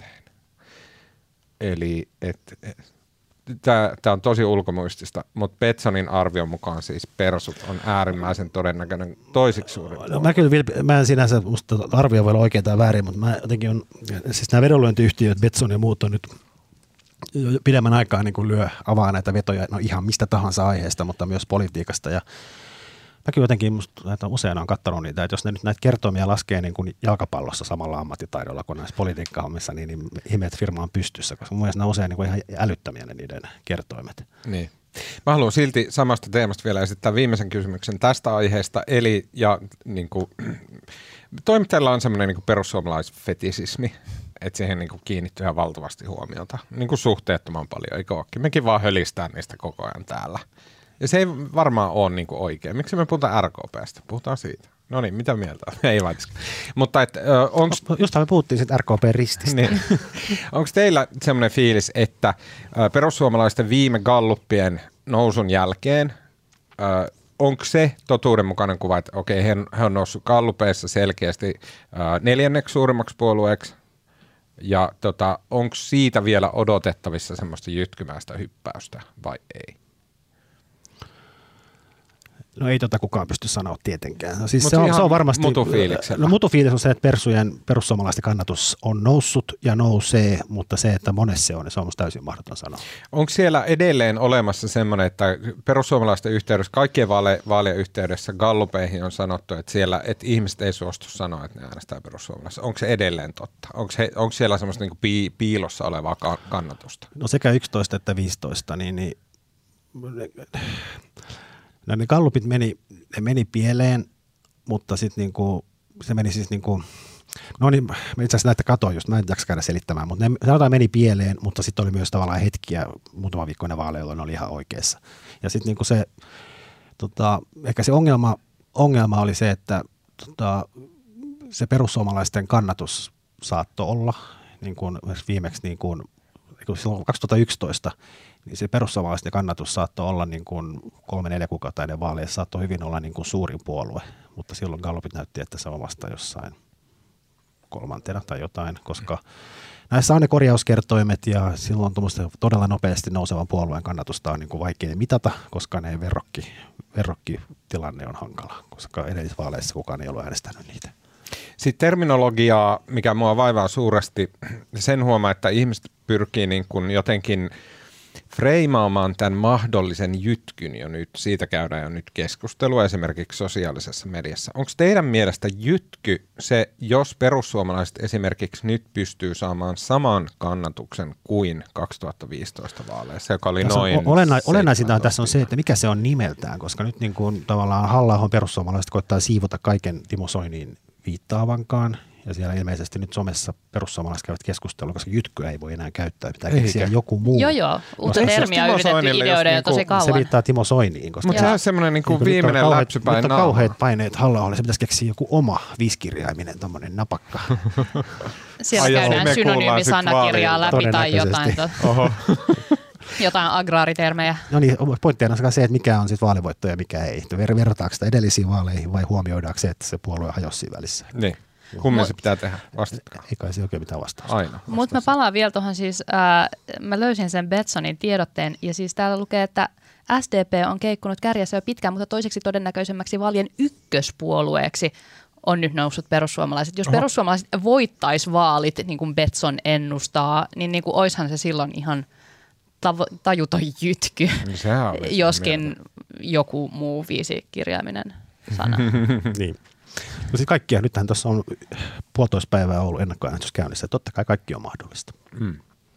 Eli et, et, tämä on tosi ulkomuistista, mutta Betsonin arvion mukaan siis persut on äärimmäisen todennäköinen toisiksi suurin. No, mä, kyllä, mä en sinänsä, musta arvio voi olla oikein tai väärin, mutta mä jotenkin on, siis nämä vedonlyöntiyhtiöt, Betson ja muut on nyt jo pidemmän aikaa niin kuin lyö, avaa näitä vetoja, no ihan mistä tahansa aiheesta, mutta myös politiikasta. Ja mäkin jotenkin musta että usein on katsonut niitä, että jos ne nyt näitä kertoimia laskee niin kuin jalkapallossa samalla ammattitaidolla kuin näissä politiikkahommissa, niin, niin ihmeet firma on pystyssä, koska mun mielestä ne on usein niin kuin ihan älyttömiä ne niiden kertoimet. Niin. Mä haluan silti samasta teemasta vielä esittää viimeisen kysymyksen tästä aiheesta, eli ja niin kuin, toimittajalla on semmoinen niin kuin perussuomalaisfetisismi, että siihen niin kuin kiinnittyy ihan valtavasti huomiota, niin kuin suhteettoman paljon, eikö olekin? Mekin vaan hölistään niistä koko ajan täällä. Ja se ei varmaan ole niin kuin oikein. Miksi me puhutaan R K P:stä? Puhutaan siitä. No niin, mitä mieltä on? Ei vaatiska. Mutta et, onko... Jostain me puhuttiin siitä R K P-rististä. Niin. Onko teillä semmoinen fiilis, että perussuomalaisten viime galluppien nousun jälkeen, onko se totuudenmukainen kuva, että okei, he, he on noussut gallupeissa selkeästi neljänneksi suurimmaksi puolueeksi, ja tota, onko siitä vielä odotettavissa semmoista jytkymäistä hyppäystä vai ei? No ei tota kukaan pysty sanoa tietenkään. No siis se, on, se on varmasti... mutufiiliksellä. No mutufiilis on se, että persujen, perussuomalaisten kannatus on noussut ja nousee, mutta se, että monessa se on, niin se on musta täysin mahdoton sanoa. Onko siellä edelleen olemassa semmoinen, että perussuomalaisten yhteydessä, kaikkien vaale, vaalien yhteydessä gallupeihin on sanottu, että siellä että ihmiset ei suostu sanoa, että ne äänestää perussuomalaisia. Onko se edelleen totta? Onko, he, onko siellä semmoista niin kuin piilossa olevaa kannatusta? No sekä yksitoista että viisitoista, niin... niin no ne gallupit meni, ne meni pieleen, mutta sitten niinku, se meni siis niinku, no niin, mä itse asiassa näitä katoin just, mä en jaksa käydä selittämään, mutta ne sanotaan meni pieleen, mutta sitten oli myös tavallaan hetkiä muutama viikkoinen vaaleilla, jolloin ne oli ihan oikeassa. Ja sitten niinku se, tota, ehkä se ongelma, ongelma oli se, että tota, se perussuomalaisten kannatus saattoi olla, niin kuin viimeksi niin kuin, silloin kaksituhattayksitoista, niin se perussuomalaisten kannatus saattoi olla niin kuin kolme neljä kuukautta ennen vaaleissa, saattoi hyvin olla niin kuin suurin puolue, mutta silloin gallupit näytti, että se on vasta jossain kolmantena tai jotain, koska näissä on ne korjauskertoimet ja silloin todella nopeasti nousevan puolueen kannatusta on niin kuin vaikea mitata, koska ne verrokki, verrokkitilanne on hankala, koska edellisvaaleissa kukaan ei ollut äänestänyt niitä. Sitten terminologiaa, mikä mua vaivaa suuresti, sen huomaa, että ihmiset pyrkii niin kuin jotenkin freimaamaan tämän mahdollisen jytkyn jo nyt. Siitä käydään jo nyt keskustelua esimerkiksi sosiaalisessa mediassa. Onko teidän mielestä jytky se, jos perussuomalaiset esimerkiksi nyt pystyy saamaan saman kannatuksen kuin kaksituhattaviisitoista vaaleissa, joka oli tässä noin olenna, Olennaisinta tässä on se, että mikä se on nimeltään, koska nyt niin kuin tavallaan Halla-ahon perussuomalaiset koittaa siivota kaiken Timo Soiniin viittaavankaan Ja siellä ilmeisesti nyt somessa perussuomalaiset käyvät keskustelua, koska jytkyä ei voi enää käyttää, pitää Eikä. keksiä joku muu. Joo, joo. Uutta Eikö se termiä on Timo yritetty Soinille, jos ideoida jo niinku- tosi kauan. Se viittaa Timo Soiniin, koska Mutta se on semmoinen niinku niin viimeinen kauheat, läpsypäin nyt on naama. kauheat paineet Halla-aholle. Se pitäisi keksiä joku oma viisikirjaiminen, tommonen napakka. Siellä Ai, käydään me kuullaan synonyymisanakirjaa sit läpi tai jotain, todennäköisesti. to, Oho. jotain agraaritermejä. No niin, pointtina on se, että mikä on sitten vaalivoitto ja mikä ei. Ver- verrataanko sitä edellisiin vaaleihin vai huomioidaanko se, että se puolue hajosi siinä välissä? Niin. Kummin se pitää tehdä? Vastatkaa. Ei kai se oikein mitään vastausta. Aina. Mutta mä palaan vielä tuohon siis, äh, mä löysin sen Betsonin tiedotteen ja siis täällä lukee, että S D P on keikkunut kärjessä jo pitkään, mutta toiseksi todennäköisemmäksi vaalien ykköspuolueeksi on nyt noussut perussuomalaiset. Jos Oho. perussuomalaiset voittaisi vaalit, niin kuin Betson ennustaa, niin, niin kuin oishan se silloin ihan tavo- tajuton jytky, Niin sehän olisi joskin mieltä. joku muu viisikirjaiminen sana. Niin. No siis kaikkia, nythän tuossa on puolitoista päivää ollut ennakkoäänestys käynnissä. Totta kai kaikki on mahdollista. Mm.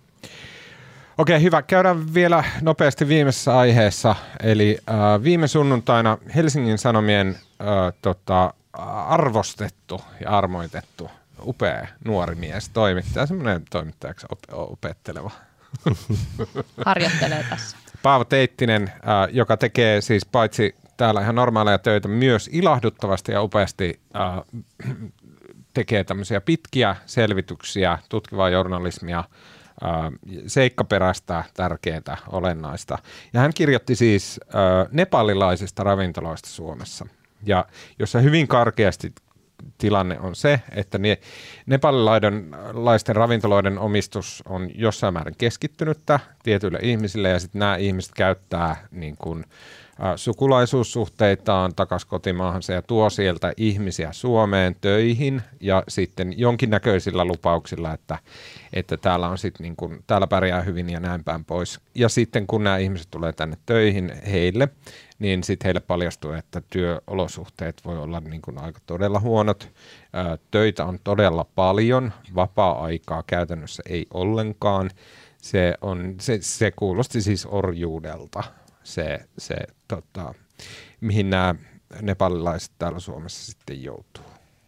Okei, hyvä. Käydään vielä nopeasti viimeisessä aiheessa. Eli äh, viime sunnuntaina Helsingin Sanomien äh, tota, arvostettu ja armoitettu upea nuori mies toimittaja, semmoinen toimittajaksi op- opetteleva. Harjoittelee tässä. Paavo Teittinen, äh, joka tekee siis paitsi täällä ihan normaaleja töitä, myös ilahduttavasti ja upeasti äh, tekee tämmöisiä pitkiä selvityksiä, tutkivaa journalismia, äh, seikkaperäistä, tärkeää, olennaista. Ja hän kirjoitti siis äh, nepalilaisista ravintoloista Suomessa, ja jossa hyvin karkeasti tilanne on se, että ne nepalilaisten ravintoloiden omistus on jossain määrin keskittynyttä tietyille ihmisille, ja sitten nämä ihmiset käyttää niin kuin sukulaisuussuhteitaan takaisin kotimaahansa ja tuo sieltä ihmisiä Suomeen töihin ja sitten jonkinnäköisillä lupauksilla, että, että täällä, on sit niin kuin, täällä pärjää hyvin ja näin päin pois. Ja sitten kun nämä ihmiset tulee tänne töihin heille, niin sitten heille paljastuu, että työolosuhteet voi olla niin kuin aika todella huonot. Ää, töitä on todella paljon, vapaa-aikaa käytännössä ei ollenkaan. Se, on, se, se kuulosti siis orjuudelta. Se, se tota, mihin nämä nepalilaiset täällä Suomessa sitten joutuu.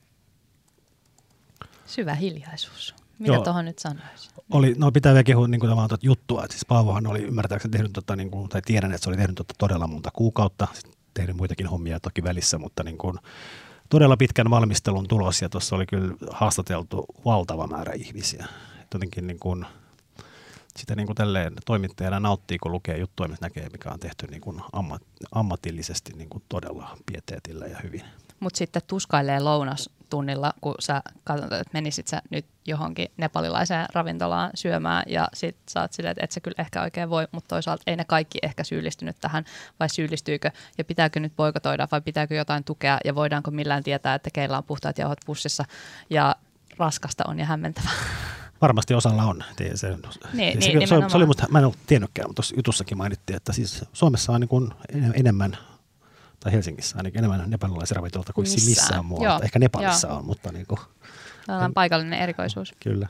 Syvä hiljaisuus. Mitä tuohon nyt sanoisi? Oli, no pitää vielä kehua niin kuin tavallaan tuota juttua, että siis Paavohan oli ymmärtääkseni tehnyt, tota, niin kuin, tai tiedän, että se oli tehnyt tota todella monta kuukautta, sitten tehnyt muitakin hommia toki välissä, mutta niin kuin, todella pitkän valmistelun tulos, ja tuossa oli kyllä haastateltu valtava määrä ihmisiä. Et jotenkin niin kuin, sitä niin kuin tälleen toimittajana nauttii, kun lukee juttuja, missä näkee, mikä on tehty niin kuin ammat, ammatillisesti niin kuin todella pieteetillä ja hyvin. Mutta sitten tuskailee lounastunnilla, kun sä katsot, että menisit sä nyt johonkin nepalilaiseen ravintolaan syömään ja sit sä oot silleen, että et sä kyllä ehkä oikein voi, mutta toisaalta ei ne kaikki ehkä syyllistynyt tähän, vai syyllistyykö ja pitääkö nyt boikotoida vai pitääkö jotain tukea ja voidaanko millään tietää, että keillä on puhtaat jauhot pussissa ja raskasta on ja hämmentävää. Varmasti osalla on. Se, se, Niin, se, niin, se, se oli musta, mä en ole tiennytkään, mutta tuossa jutussakin mainittiin, että siis Suomessa on niin kuin enemmän, tai Helsingissä ainakin enemmän nepalilaisia ravintoloita kuin missään, missään muualla. Joo, ehkä Nepalissa joo. on, mutta niin kuin. Tämä on paikallinen erikoisuus. Kyllä.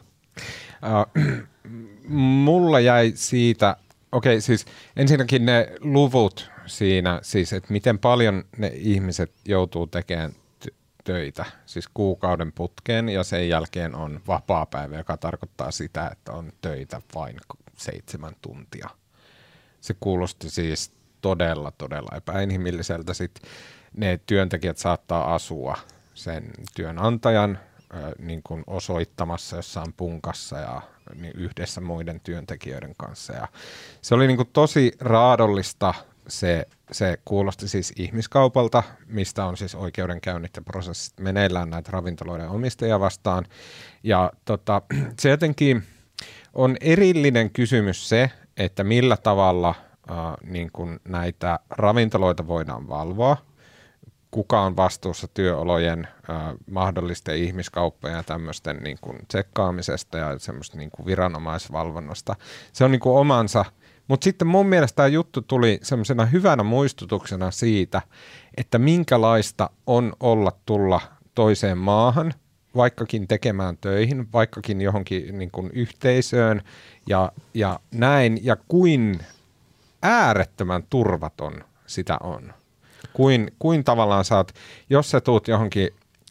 Uh, mulla jäi siitä, okei okay, siis ensinnäkin ne luvut siinä, siis että miten paljon ne ihmiset joutuu tekemään töitä, siis kuukauden putkeen ja sen jälkeen on vapaapäivä, joka tarkoittaa sitä, että on töitä vain seitsemän tuntia. Se kuulosti siis todella, todella epäinhimilliseltä. Sitten ne työntekijät saattaa asua sen työnantajan äh, niin kuin osoittamassa jossain punkassa ja niin yhdessä muiden työntekijöiden kanssa. Ja se oli niin kuin tosi raadollista. Se, se kuulosti siis ihmiskaupalta, mistä on siis oikeudenkäynnit ja prosessit meneillään näitä ravintoloiden omistajia vastaan. Ja tota, se jotenkin on erillinen kysymys se, että millä tavalla äh, niin kuin näitä ravintoloita voidaan valvoa, kuka on vastuussa työolojen äh, mahdollisten ihmiskauppojen ja tämmöisten niin kuin tsekkaamisesta ja semmoista niin kuin viranomaisvalvonnasta. Se on niin kuin omansa. Mutta sitten mun mielestä tämä juttu tuli semmoisena hyvänä muistutuksena siitä, että minkälaista on olla tulla toiseen maahan, vaikkakin tekemään töihin, vaikkakin johonkin niin kuin yhteisöön ja, ja näin, ja kuin äärettömän turvaton sitä on. Kuin, kuin tavallaan saat, jos sä tuut johonkin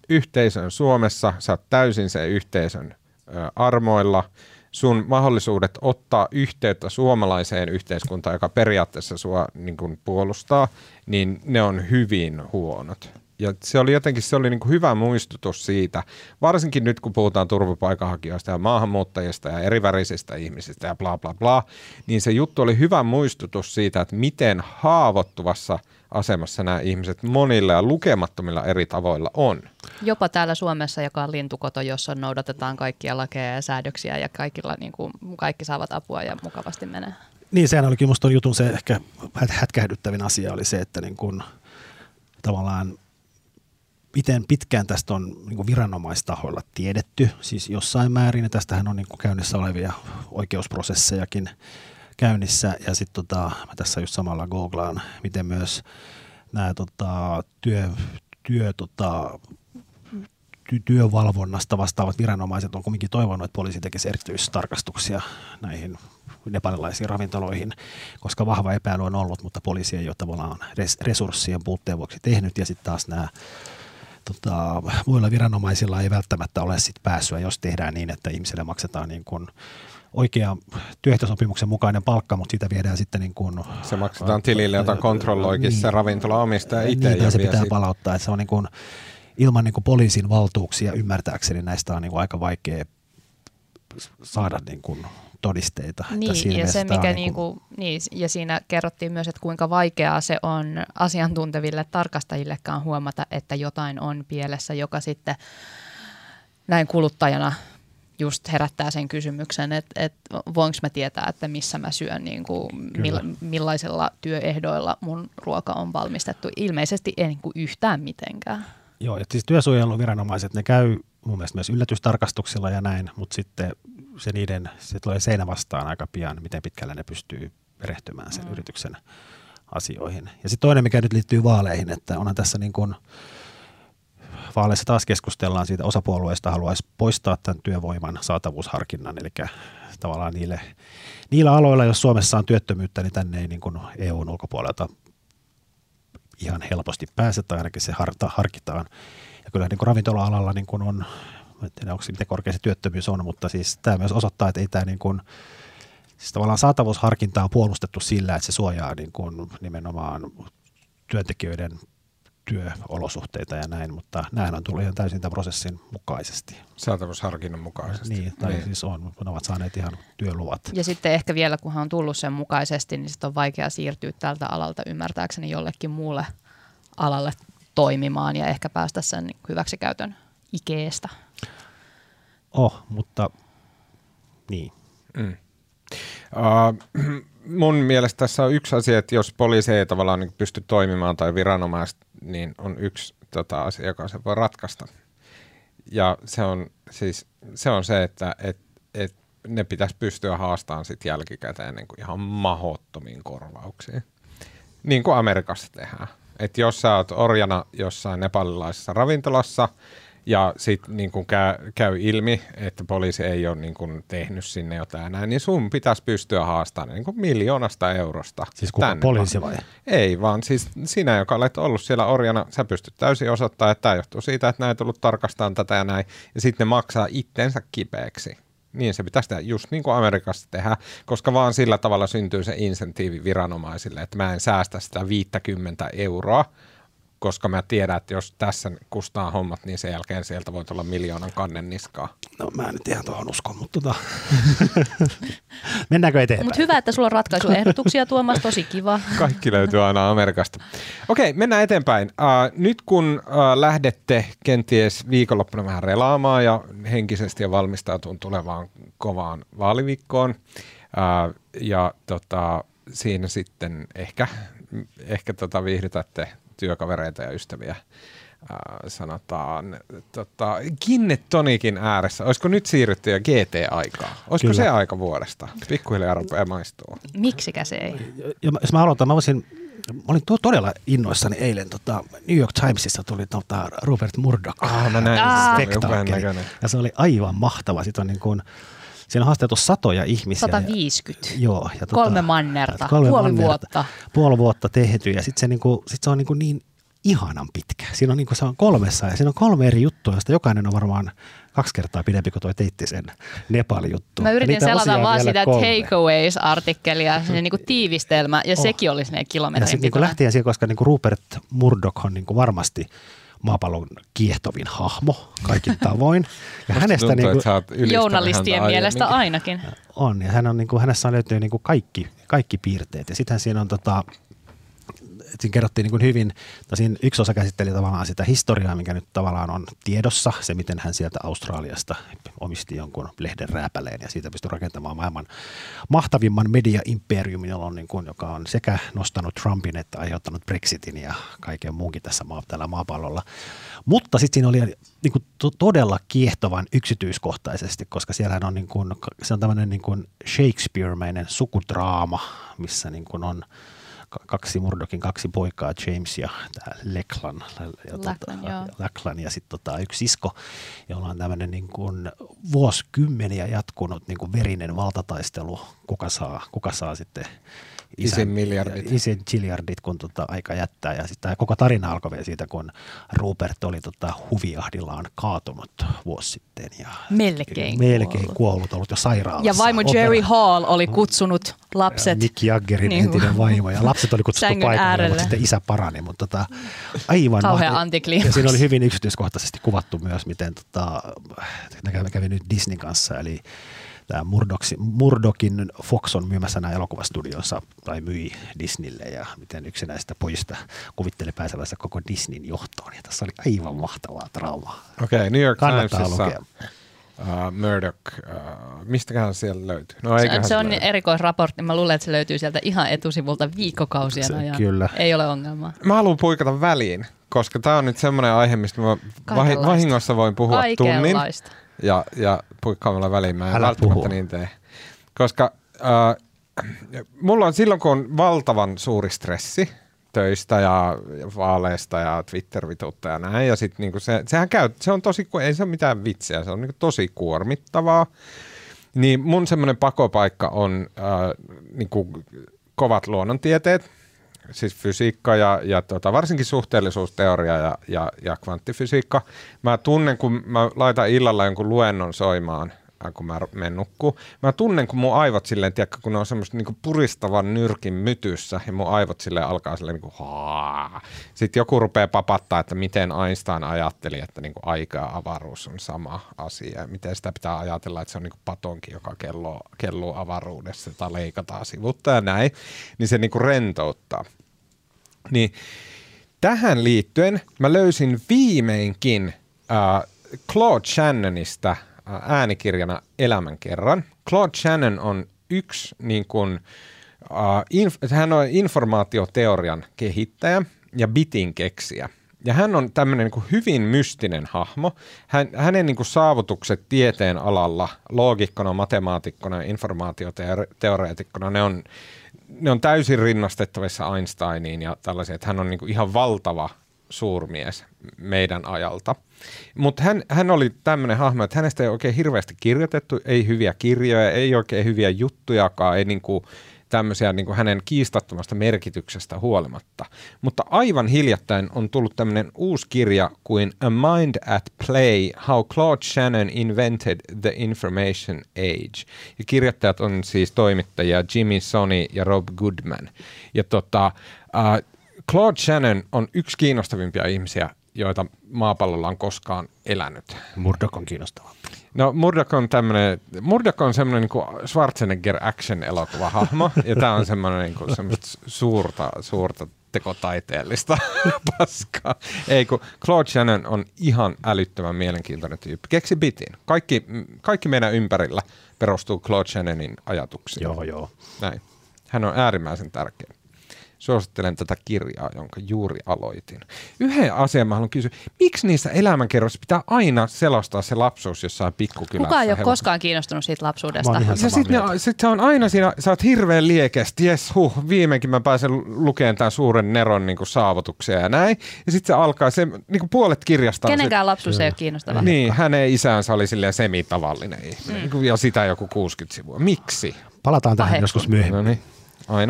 yhteisön Suomessa, sä oot täysin sen yhteisön ö, armoilla, sun mahdollisuudet ottaa yhteyttä suomalaiseen yhteiskuntaan, joka periaatteessa sua niin kuin puolustaa, niin ne on hyvin huonot. Ja se oli jotenkin se oli niin kuin hyvä muistutus siitä, varsinkin nyt kun puhutaan turvapaikanhakijoista ja maahanmuuttajista ja erivärisistä ihmisistä ja bla bla bla, niin se juttu oli hyvä muistutus siitä, että miten haavoittuvassa asemassa nämä ihmiset monilla ja lukemattomilla eri tavoilla on. Jopa täällä Suomessa, joka on lintukoto, jossa noudatetaan kaikkia lakeja ja säädöksiä ja kaikilla, niin kuin, kaikki saavat apua ja mukavasti menee. Niin, sehän olikin musta ton jutun se ehkä hätkähdyttävin asia oli se, että niin kun, tavallaan miten pitkään tästä on niin kuin viranomaistahoilla tiedetty, siis jossain määrin, ja tästähän on niin kuin käynnissä olevia oikeusprosessejakin käynnissä, ja sitten tota, mä tässä just samalla googlaan, miten myös nämä tota, työ, työ, tota, ty, työvalvonnasta vastaavat viranomaiset on kuitenkin toivonut, että poliisi tekisi erityistarkastuksia näihin nepalilaisiin ravintoloihin, koska vahva epäily on ollut, mutta poliisi ei ole tavallaan res, resurssien puutteen vuoksi tehnyt, ja sitten taas nämä Tota, muilla viranomaisilla ei välttämättä ole sit pääsyä, jos tehdään niin, että ihmisille maksetaan niin kuin oikea työehtosopimuksen mukainen palkka, mutta siitä viedään sitten niin kuin se maksetaan tilille, jota kontrolloikin niin, se ravintola-omistaja itse. Niin, ja se pitää sit palauttaa, että se on niin kuin, ilman niin kuin poliisin valtuuksia ymmärtääkseni näistä on niin kuin aika vaikea saada niin kuin todisteita. Niin, ja, se, mikä niin kuin, niin, ja siinä kerrottiin myös, että kuinka vaikeaa se on asiantunteville tarkastajillekaan huomata, että jotain on pielessä, joka sitten näin kuluttajana just herättää sen kysymyksen, että, että voinko mä tietää, että missä mä syön, niin kuin, milla, millaisilla työehdoilla mun ruoka on valmistettu. Ilmeisesti ei niin kuin yhtään mitenkään. Joo, että siis työsuojeluviranomaiset, ne käy mun mielestä myös yllätystarkastuksilla ja näin, mutta sitten se niiden, se tulee seinä vastaan aika pian, miten pitkälle ne pystyy perehtymään sen mm. yrityksen asioihin. Ja sitten toinen, mikä nyt liittyy vaaleihin, että onhan tässä niin kuin vaaleissa taas keskustellaan siitä, osa puolueista haluaisi poistaa tämän työvoiman saatavuusharkinnan, eli tavallaan niille, niillä aloilla, jos Suomessa on työttömyyttä, niin tänne ei niin kuin E U:n ulkopuolelta ihan helposti pääse, tai ainakin se harta, harkitaan. Ja kyllä niin kuin ravintola-alalla niin kuin on, en tiedä onko miten korkea se työttömyys on, mutta siis tämä myös osoittaa, että ei tämä niin kuin, siis tavallaan saatavuusharkinta on puolustettu sillä, että se suojaa niin kuin nimenomaan työntekijöiden työolosuhteita ja näin, mutta nämähän on tullut ihan täysin tämän prosessin mukaisesti. Saatavuusharkinnan mukaisesti. Niin, tai niin. Siis on, ne ovat saaneet ihan työluvat. Ja sitten ehkä vielä, kun hän on tullut sen mukaisesti, niin sitten on vaikea siirtyä tältä alalta ymmärtääkseni jollekin muulle alalle toimimaan ja ehkä päästä sen hyväksikäytön ikeestä. Oh, mutta niin. Mm. Uh, mun mielestä tässä on yksi asia, että jos poliisi ei tavallaan niin pysty toimimaan tai viranomaiset, niin on yksi tota, asia, joka se voi ratkaista. Ja se on siis se, on se että et, et ne pitäisi pystyä haastamaan sit jälkikäteen niin kuin ihan mahdottomiin korvauksiin. Niin kuin Amerikassa tehdään. Että jos sä oot orjana jossain nepalilaisessa ravintolassa ja sitten niin kun käy, käy ilmi, että poliisi ei ole niin kun tehnyt sinne jotain näin, niin sun pitäisi pystyä haastamaan niin kun miljoonasta eurosta. Siis kuka, poliisi vai? Ei, vaan siis sinä, joka olet ollut siellä orjana, sä pystyt täysin osoittamaan, että tämä johtuu siitä, että näin ei tullut tarkastamaan tätä ja näin, ja sitten ne maksaa itsensä kipeäksi. Niin se pitäisi tehdä just niin kuin Amerikassa tehdä, koska vaan sillä tavalla syntyy se insentiivi viranomaisille, että mä en säästä sitä viittäkymmentä euroa, koska mä tiedän, että jos tässä kustaa hommat, niin sen jälkeen sieltä voi tulla miljoonan kannen niskaa. No mä en nyt ihan tuohon usko, mutta tota. Mennäänkö eteenpäin? Mutta hyvä, että sulla on ratkaisuehdotuksia, Tuomas, tosi kiva. Kaikki löytyy aina Amerikasta. Okei, mennään eteenpäin. Uh, nyt kun uh, lähdette kenties viikonloppuna vähän relaamaan ja henkisesti ja valmistautumaan tulevaan kovaan vaaliviikkoon, uh, ja tota, siinä sitten ehkä, ehkä tota viihdytätte työkavereita ja ystäviä, äh, sanotaan, tota, Gin Tonicin ääressä. Olisiko nyt siirrytty jo G T-aikaa? Olisiko Kyllä. se aika vuodesta? Pikkuhiljaa rupeaa maistua. Miksikä se ei? Ja, ja jos mä aloitan, mä voisin, mä olin to- todella innoissani eilen, tota, New York Timesissa tuli tota, Rupert Murdoch ah, mä näin, ah. spektaakkeli, ja se oli aivan mahtava. Sitten on niin kuin, siinä on haasteltu satoja ihmisiä. sata viisikymmentä. Ja, joo. Ja kolme tota, mannerta. Kolme puoli mannerta, vuotta. Puoli vuotta tehty. Ja sitten se, niinku, sit se on niinku niin ihanan pitkä. Siinä on, niin kuin, se on kolmessa ja siinä on kolme eri juttua, josta jokainen on varmaan kaksi kertaa pidempi kuin tuo Teittisen Nepal-juttu. Mä yritin selata vaan sitä kolme. takeaways-artikkelia, se niin kuin tiivistelmä, ja oh. sekin oli sinne kilometrin pituinen. Niin lähtien siihen, koska niin kuin Rupert Murdoch on niin kuin varmasti maapallon kiehtovin hahmo kaikin tavoin. Ja hänestä tuntuu, niin kuin, journalistien mielestä ainakin. On, ja hän on, niin kuin, hänessä on löytyy niin kuin kaikki, kaikki piirteet. Ja sittenhän siinä on tota, siinä kerrottiin niin kuin hyvin, no siinä yksi osa käsitteli tavallaan sitä historiaa, mikä nyt tavallaan on tiedossa, se miten hän sieltä Australiasta omisti jonkun lehden rääpäleen ja siitä pystyi rakentamaan maailman mahtavimman media-imperiumin, jolla on niin kuin, joka on sekä nostanut Trumpin että aiheuttanut Brexitin ja kaiken muunkin tässä maa, tällä maapallolla. Mutta sitten siinä oli niin kuin to, todella kiehtovan yksityiskohtaisesti, koska siellä on, niin kuin, se on tämmöinen niin kuin Shakespeare-mäinen sukudraama, missä niin kuin on kaksi Murdochin kaksi poikaa, James ja Lachlan, ja, Lachlan, tota, Lachlan ja sitten tota, yksi sisko, jolla on tämmöinen niin kuin vuosikymmeniä jatkunut niin kuin verinen valtataistelu, kuka saa, kuka saa sitten Isin miljardit. Isin miljardit, kun tota aika jättää. Ja sitten koko tarina alkoi vielä siitä, kun Rupert oli tota huviahdillaan kaatunut vuosi sitten. Ja melkein melkein kuollut. kuollut, ollut jo sairaalassa. Ja vaimo Opera. Jerry Hall oli kutsunut lapset. Mick Jaggerin niin entinen vaimo. Ja lapset oli kutsuttu paikalle, mutta sitten isä parani. Mutta tota, aivan kauhean antikliimaksi. Ja siinä oli hyvin yksityiskohtaisesti kuvattu myös, miten tota, kävin nyt Disneyn kanssa, eli tämä Murdochin Fox on myymässä nämä elokuvastudionsa tai myi Disneylle ja miten yksi näistä pojista kuvitteli pääsevänsä koko Disneyn johtoon. Ja tässä oli aivan mahtavaa draamaa. Okei, okay, New York Kannattaa Timesissa lukea. Uh, Murdoch, uh, mistäköhän siellä löytyy? No, se, se on löydy. erikoisraportti. Mä luulen, että se löytyy sieltä ihan etusivulta viikkokausien se, ajan. Kyllä. Ei ole ongelmaa. Mä haluan puikata väliin, koska tää on nyt semmoinen aihe, mistä mä vahi- vahingossa voin puhua tunnin. Ja, ja puikkaamalla väliin mä en Älä välttämättä puhu. niin tee. Koska äh, mulla on silloin, kun on valtavan suuri stressi töistä ja, ja vaaleista ja Twitter-vituutta ja näin, ja sit niinku se, sehän käy, se on tosi, ei se ole mitään vitsiä, se on niinku tosi kuormittavaa. Niin mun semmoinen pakopaikka on äh, niinku kovat luonnontieteet, siis fysiikka ja, ja tota, varsinkin suhteellisuusteoria ja, ja, ja kvanttifysiikka. Mä tunnen, kun mä laitan illalla jonkun luennon soimaan, kun mä menen nukkuun. Mä tunnen, kun mun aivot silleen, tiedätkö, kun ne on semmoista niinku puristavan nyrkin mytyssä ja mun aivot silleen alkaa silleen niinku haa. Sitten joku rupeaa papattaa, että miten Einstein ajatteli, että niinku aika ja avaruus on sama asia. Ja miten sitä pitää ajatella, että se on niinku patonki, joka kelluu, kelluu avaruudessa, jota leikataan sivutta ja näin. Niin se niinku rentouttaa. Niin tähän liittyen mä löysin viimeinkin äh, Claude Shannonista äänikirjana Elämän kerran. Claude Shannon on yksi, niin kuin, uh, inf- hän on informaatioteorian kehittäjä ja bitin keksijä. Ja hän on tämmöinen niin kuin hyvin mystinen hahmo. Hän, hänen niin kuin saavutukset tieteen alalla, loogikkona, matemaatikkona ja informaatioteoreetikkona, ne on, ne on täysin rinnastettavissa Einsteiniin ja tällaisia, että hän on niin kuin ihan valtava suurmies meidän ajalta. Mutta hän, hän oli tämmöinen hahmo, että hänestä ei oikein hirveästi kirjoitettu, ei hyviä kirjoja, ei oikein hyviä juttujakaan, ei niinku tämmöisiä niinku hänen kiistattomasta merkityksestä huolimatta. Mutta aivan hiljattain on tullut tämmöinen uusi kirja kuin A Mind at Play, How Claude Shannon Invented the Information Age. Ja kirjoittajat on siis toimittajia Jimmy Soni ja Rob Goodman. Ja tota, uh, Claude Shannon on yksi kiinnostavimpia ihmisiä, joita maapallolla on koskaan elänyt. Murdoch on kiinnostava. No Murdoch on tämmöinen, Murdoch on semmoinen niin kuin Schwarzenegger action-elokuvahahmo, ja tämä on semmoinen niin kuin semmoista suurta, suurta tekotaiteellista paskaa. Ei kun Claude Shannon on ihan älyttömän mielenkiintoinen tyyppi. Keksi bitin. Kaikki, kaikki meidän ympärillä perustuu Claude Shannonin ajatuksiin. Joo, joo. Näin. Hän on äärimmäisen tärkeä. Suosittelen tätä kirjaa, jonka juuri aloitin. Yhden asian mä haluan kysyä, miksi niissä elämänkerroissa pitää aina selostaa se lapsuus jossain pikkukylässä? Kukaan ei ole koskaan kiinnostunut siitä lapsuudesta. Ja sitten sit se on aina siinä, sä oot hirveän liekeästi, jes huh, viimeinkin mä pääsen lukemaan tämän suuren Neron niin kuin saavutuksia ja näin. Ja sitten se alkaa, se niin kuin puolet kirjasta. Kenenkään sit, lapsuus ei ole kiinnostava. Niin, hänen isänsä oli silleen semitavallinen ihminen. Mm. Ja sitä joku kuusikymmentä sivua. Miksi? Palataan tähän Paheksun. joskus myöhemmin. No niin, aina.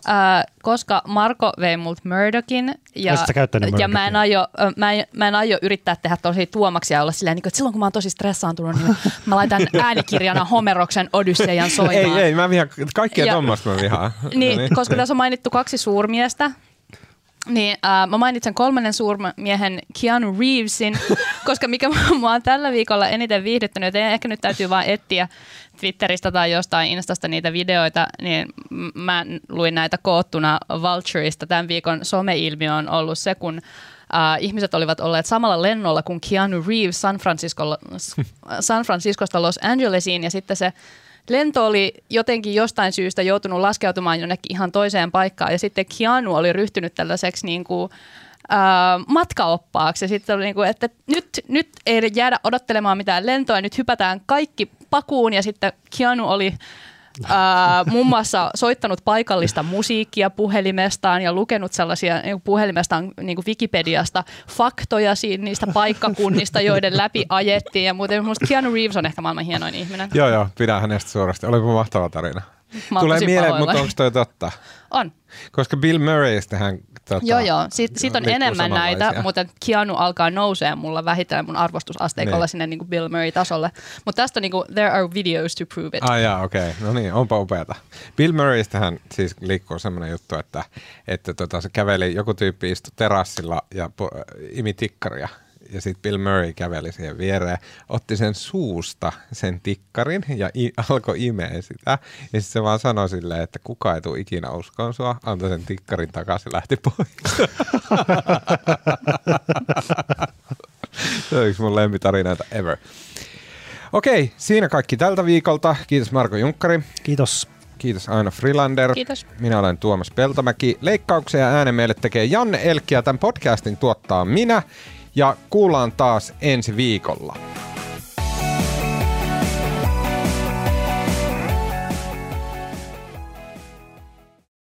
Äh, koska Marko vei multa Murdochin ja, ja mä, en aio, mä, en, mä en aio yrittää tehdä tosi tuomaksi ja olla silleen, että silloin kun mä oon tosi stressaantunut, niin mä laitan äänikirjana Homeroksen Odysseian soimaan. Ei, ei, mä vihaan, kaikkea tuommoista mä vihaan. Niin, niin, koska tässä on mainittu kaksi suurmiestä, niin äh, mä mainitsen kolmannen suurmiehen Keanu Reevesin, koska mikä mä oon tällä viikolla eniten viihdyttänyt, että ehkä nyt täytyy vaan etsiä Twitteristä tai jostain Instasta niitä videoita, niin mä luin näitä koottuna Vultureista. Tämän viikon someilmiö on ollut se, kun äh, ihmiset olivat olleet samalla lennolla kuin Keanu Reeves San, San Franciscosta Los Angelesiin, ja sitten se lento oli jotenkin jostain syystä joutunut laskeutumaan jonnekin ihan toiseen paikkaan, ja sitten Keanu oli ryhtynyt tällaiseksi niin kuin, äh, matkaoppaaksi, ja sitten oli niin kuin, että nyt, nyt ei jäädä odottelemaan mitään lentoa, nyt hypätään kaikki pakuun, ja sitten Keanu oli äh, muun muassa soittanut paikallista musiikkia puhelimestaan ja lukenut sellaisia niin puhelimestaan niin kuin Wikipediasta faktoja siinä, niistä paikkakunnista, joiden läpi ajettiin, ja muuten minusta Keanu Reeves on ehkä maailman hienoin ihminen. Joo, joo, pidän hänestä suorasti. Olipa mahtava tarina. Tulee mieleen, mutta onko toi totta? On. Koska Bill Murraystähän tota, joo, joo. Siitä, siitä on enemmän näitä, mutta Keanu alkaa nousee mulla vähitellen mun arvostusasteikolla niin sinne niin kuin Bill Murray-tasolle. Mutta tästä niin kuin, there are videos to prove it. Ah jaa, okei. Okay. No niin, onpa upeata. Bill Murraystähän siis liikkuu semmoinen juttu, että, että tota, se käveli, joku tyyppi istui terassilla ja po, imi tikkaria. Ja sitten Bill Murray käveli siihen viereen, otti sen suusta sen tikkarin ja i- alkoi imeä sitä. Ja sitten se vaan sanoi silleen, että kuka ei tule ikinä uskoon sua, antoi sen tikkarin takaisin ja lähti pois. Se on yksi mun lempitarinoita ever. Okei, siinä kaikki tältä viikolta. Kiitos Marko Junkkari. Kiitos. Kiitos Aino Frilander. Kiitos. Minä olen Tuomas Peltomäki. Leikkauksia ja äänen meille tekee Janne Elkki ja tämän podcastin tuottaa minä. Ja kuullaan taas ensi viikolla.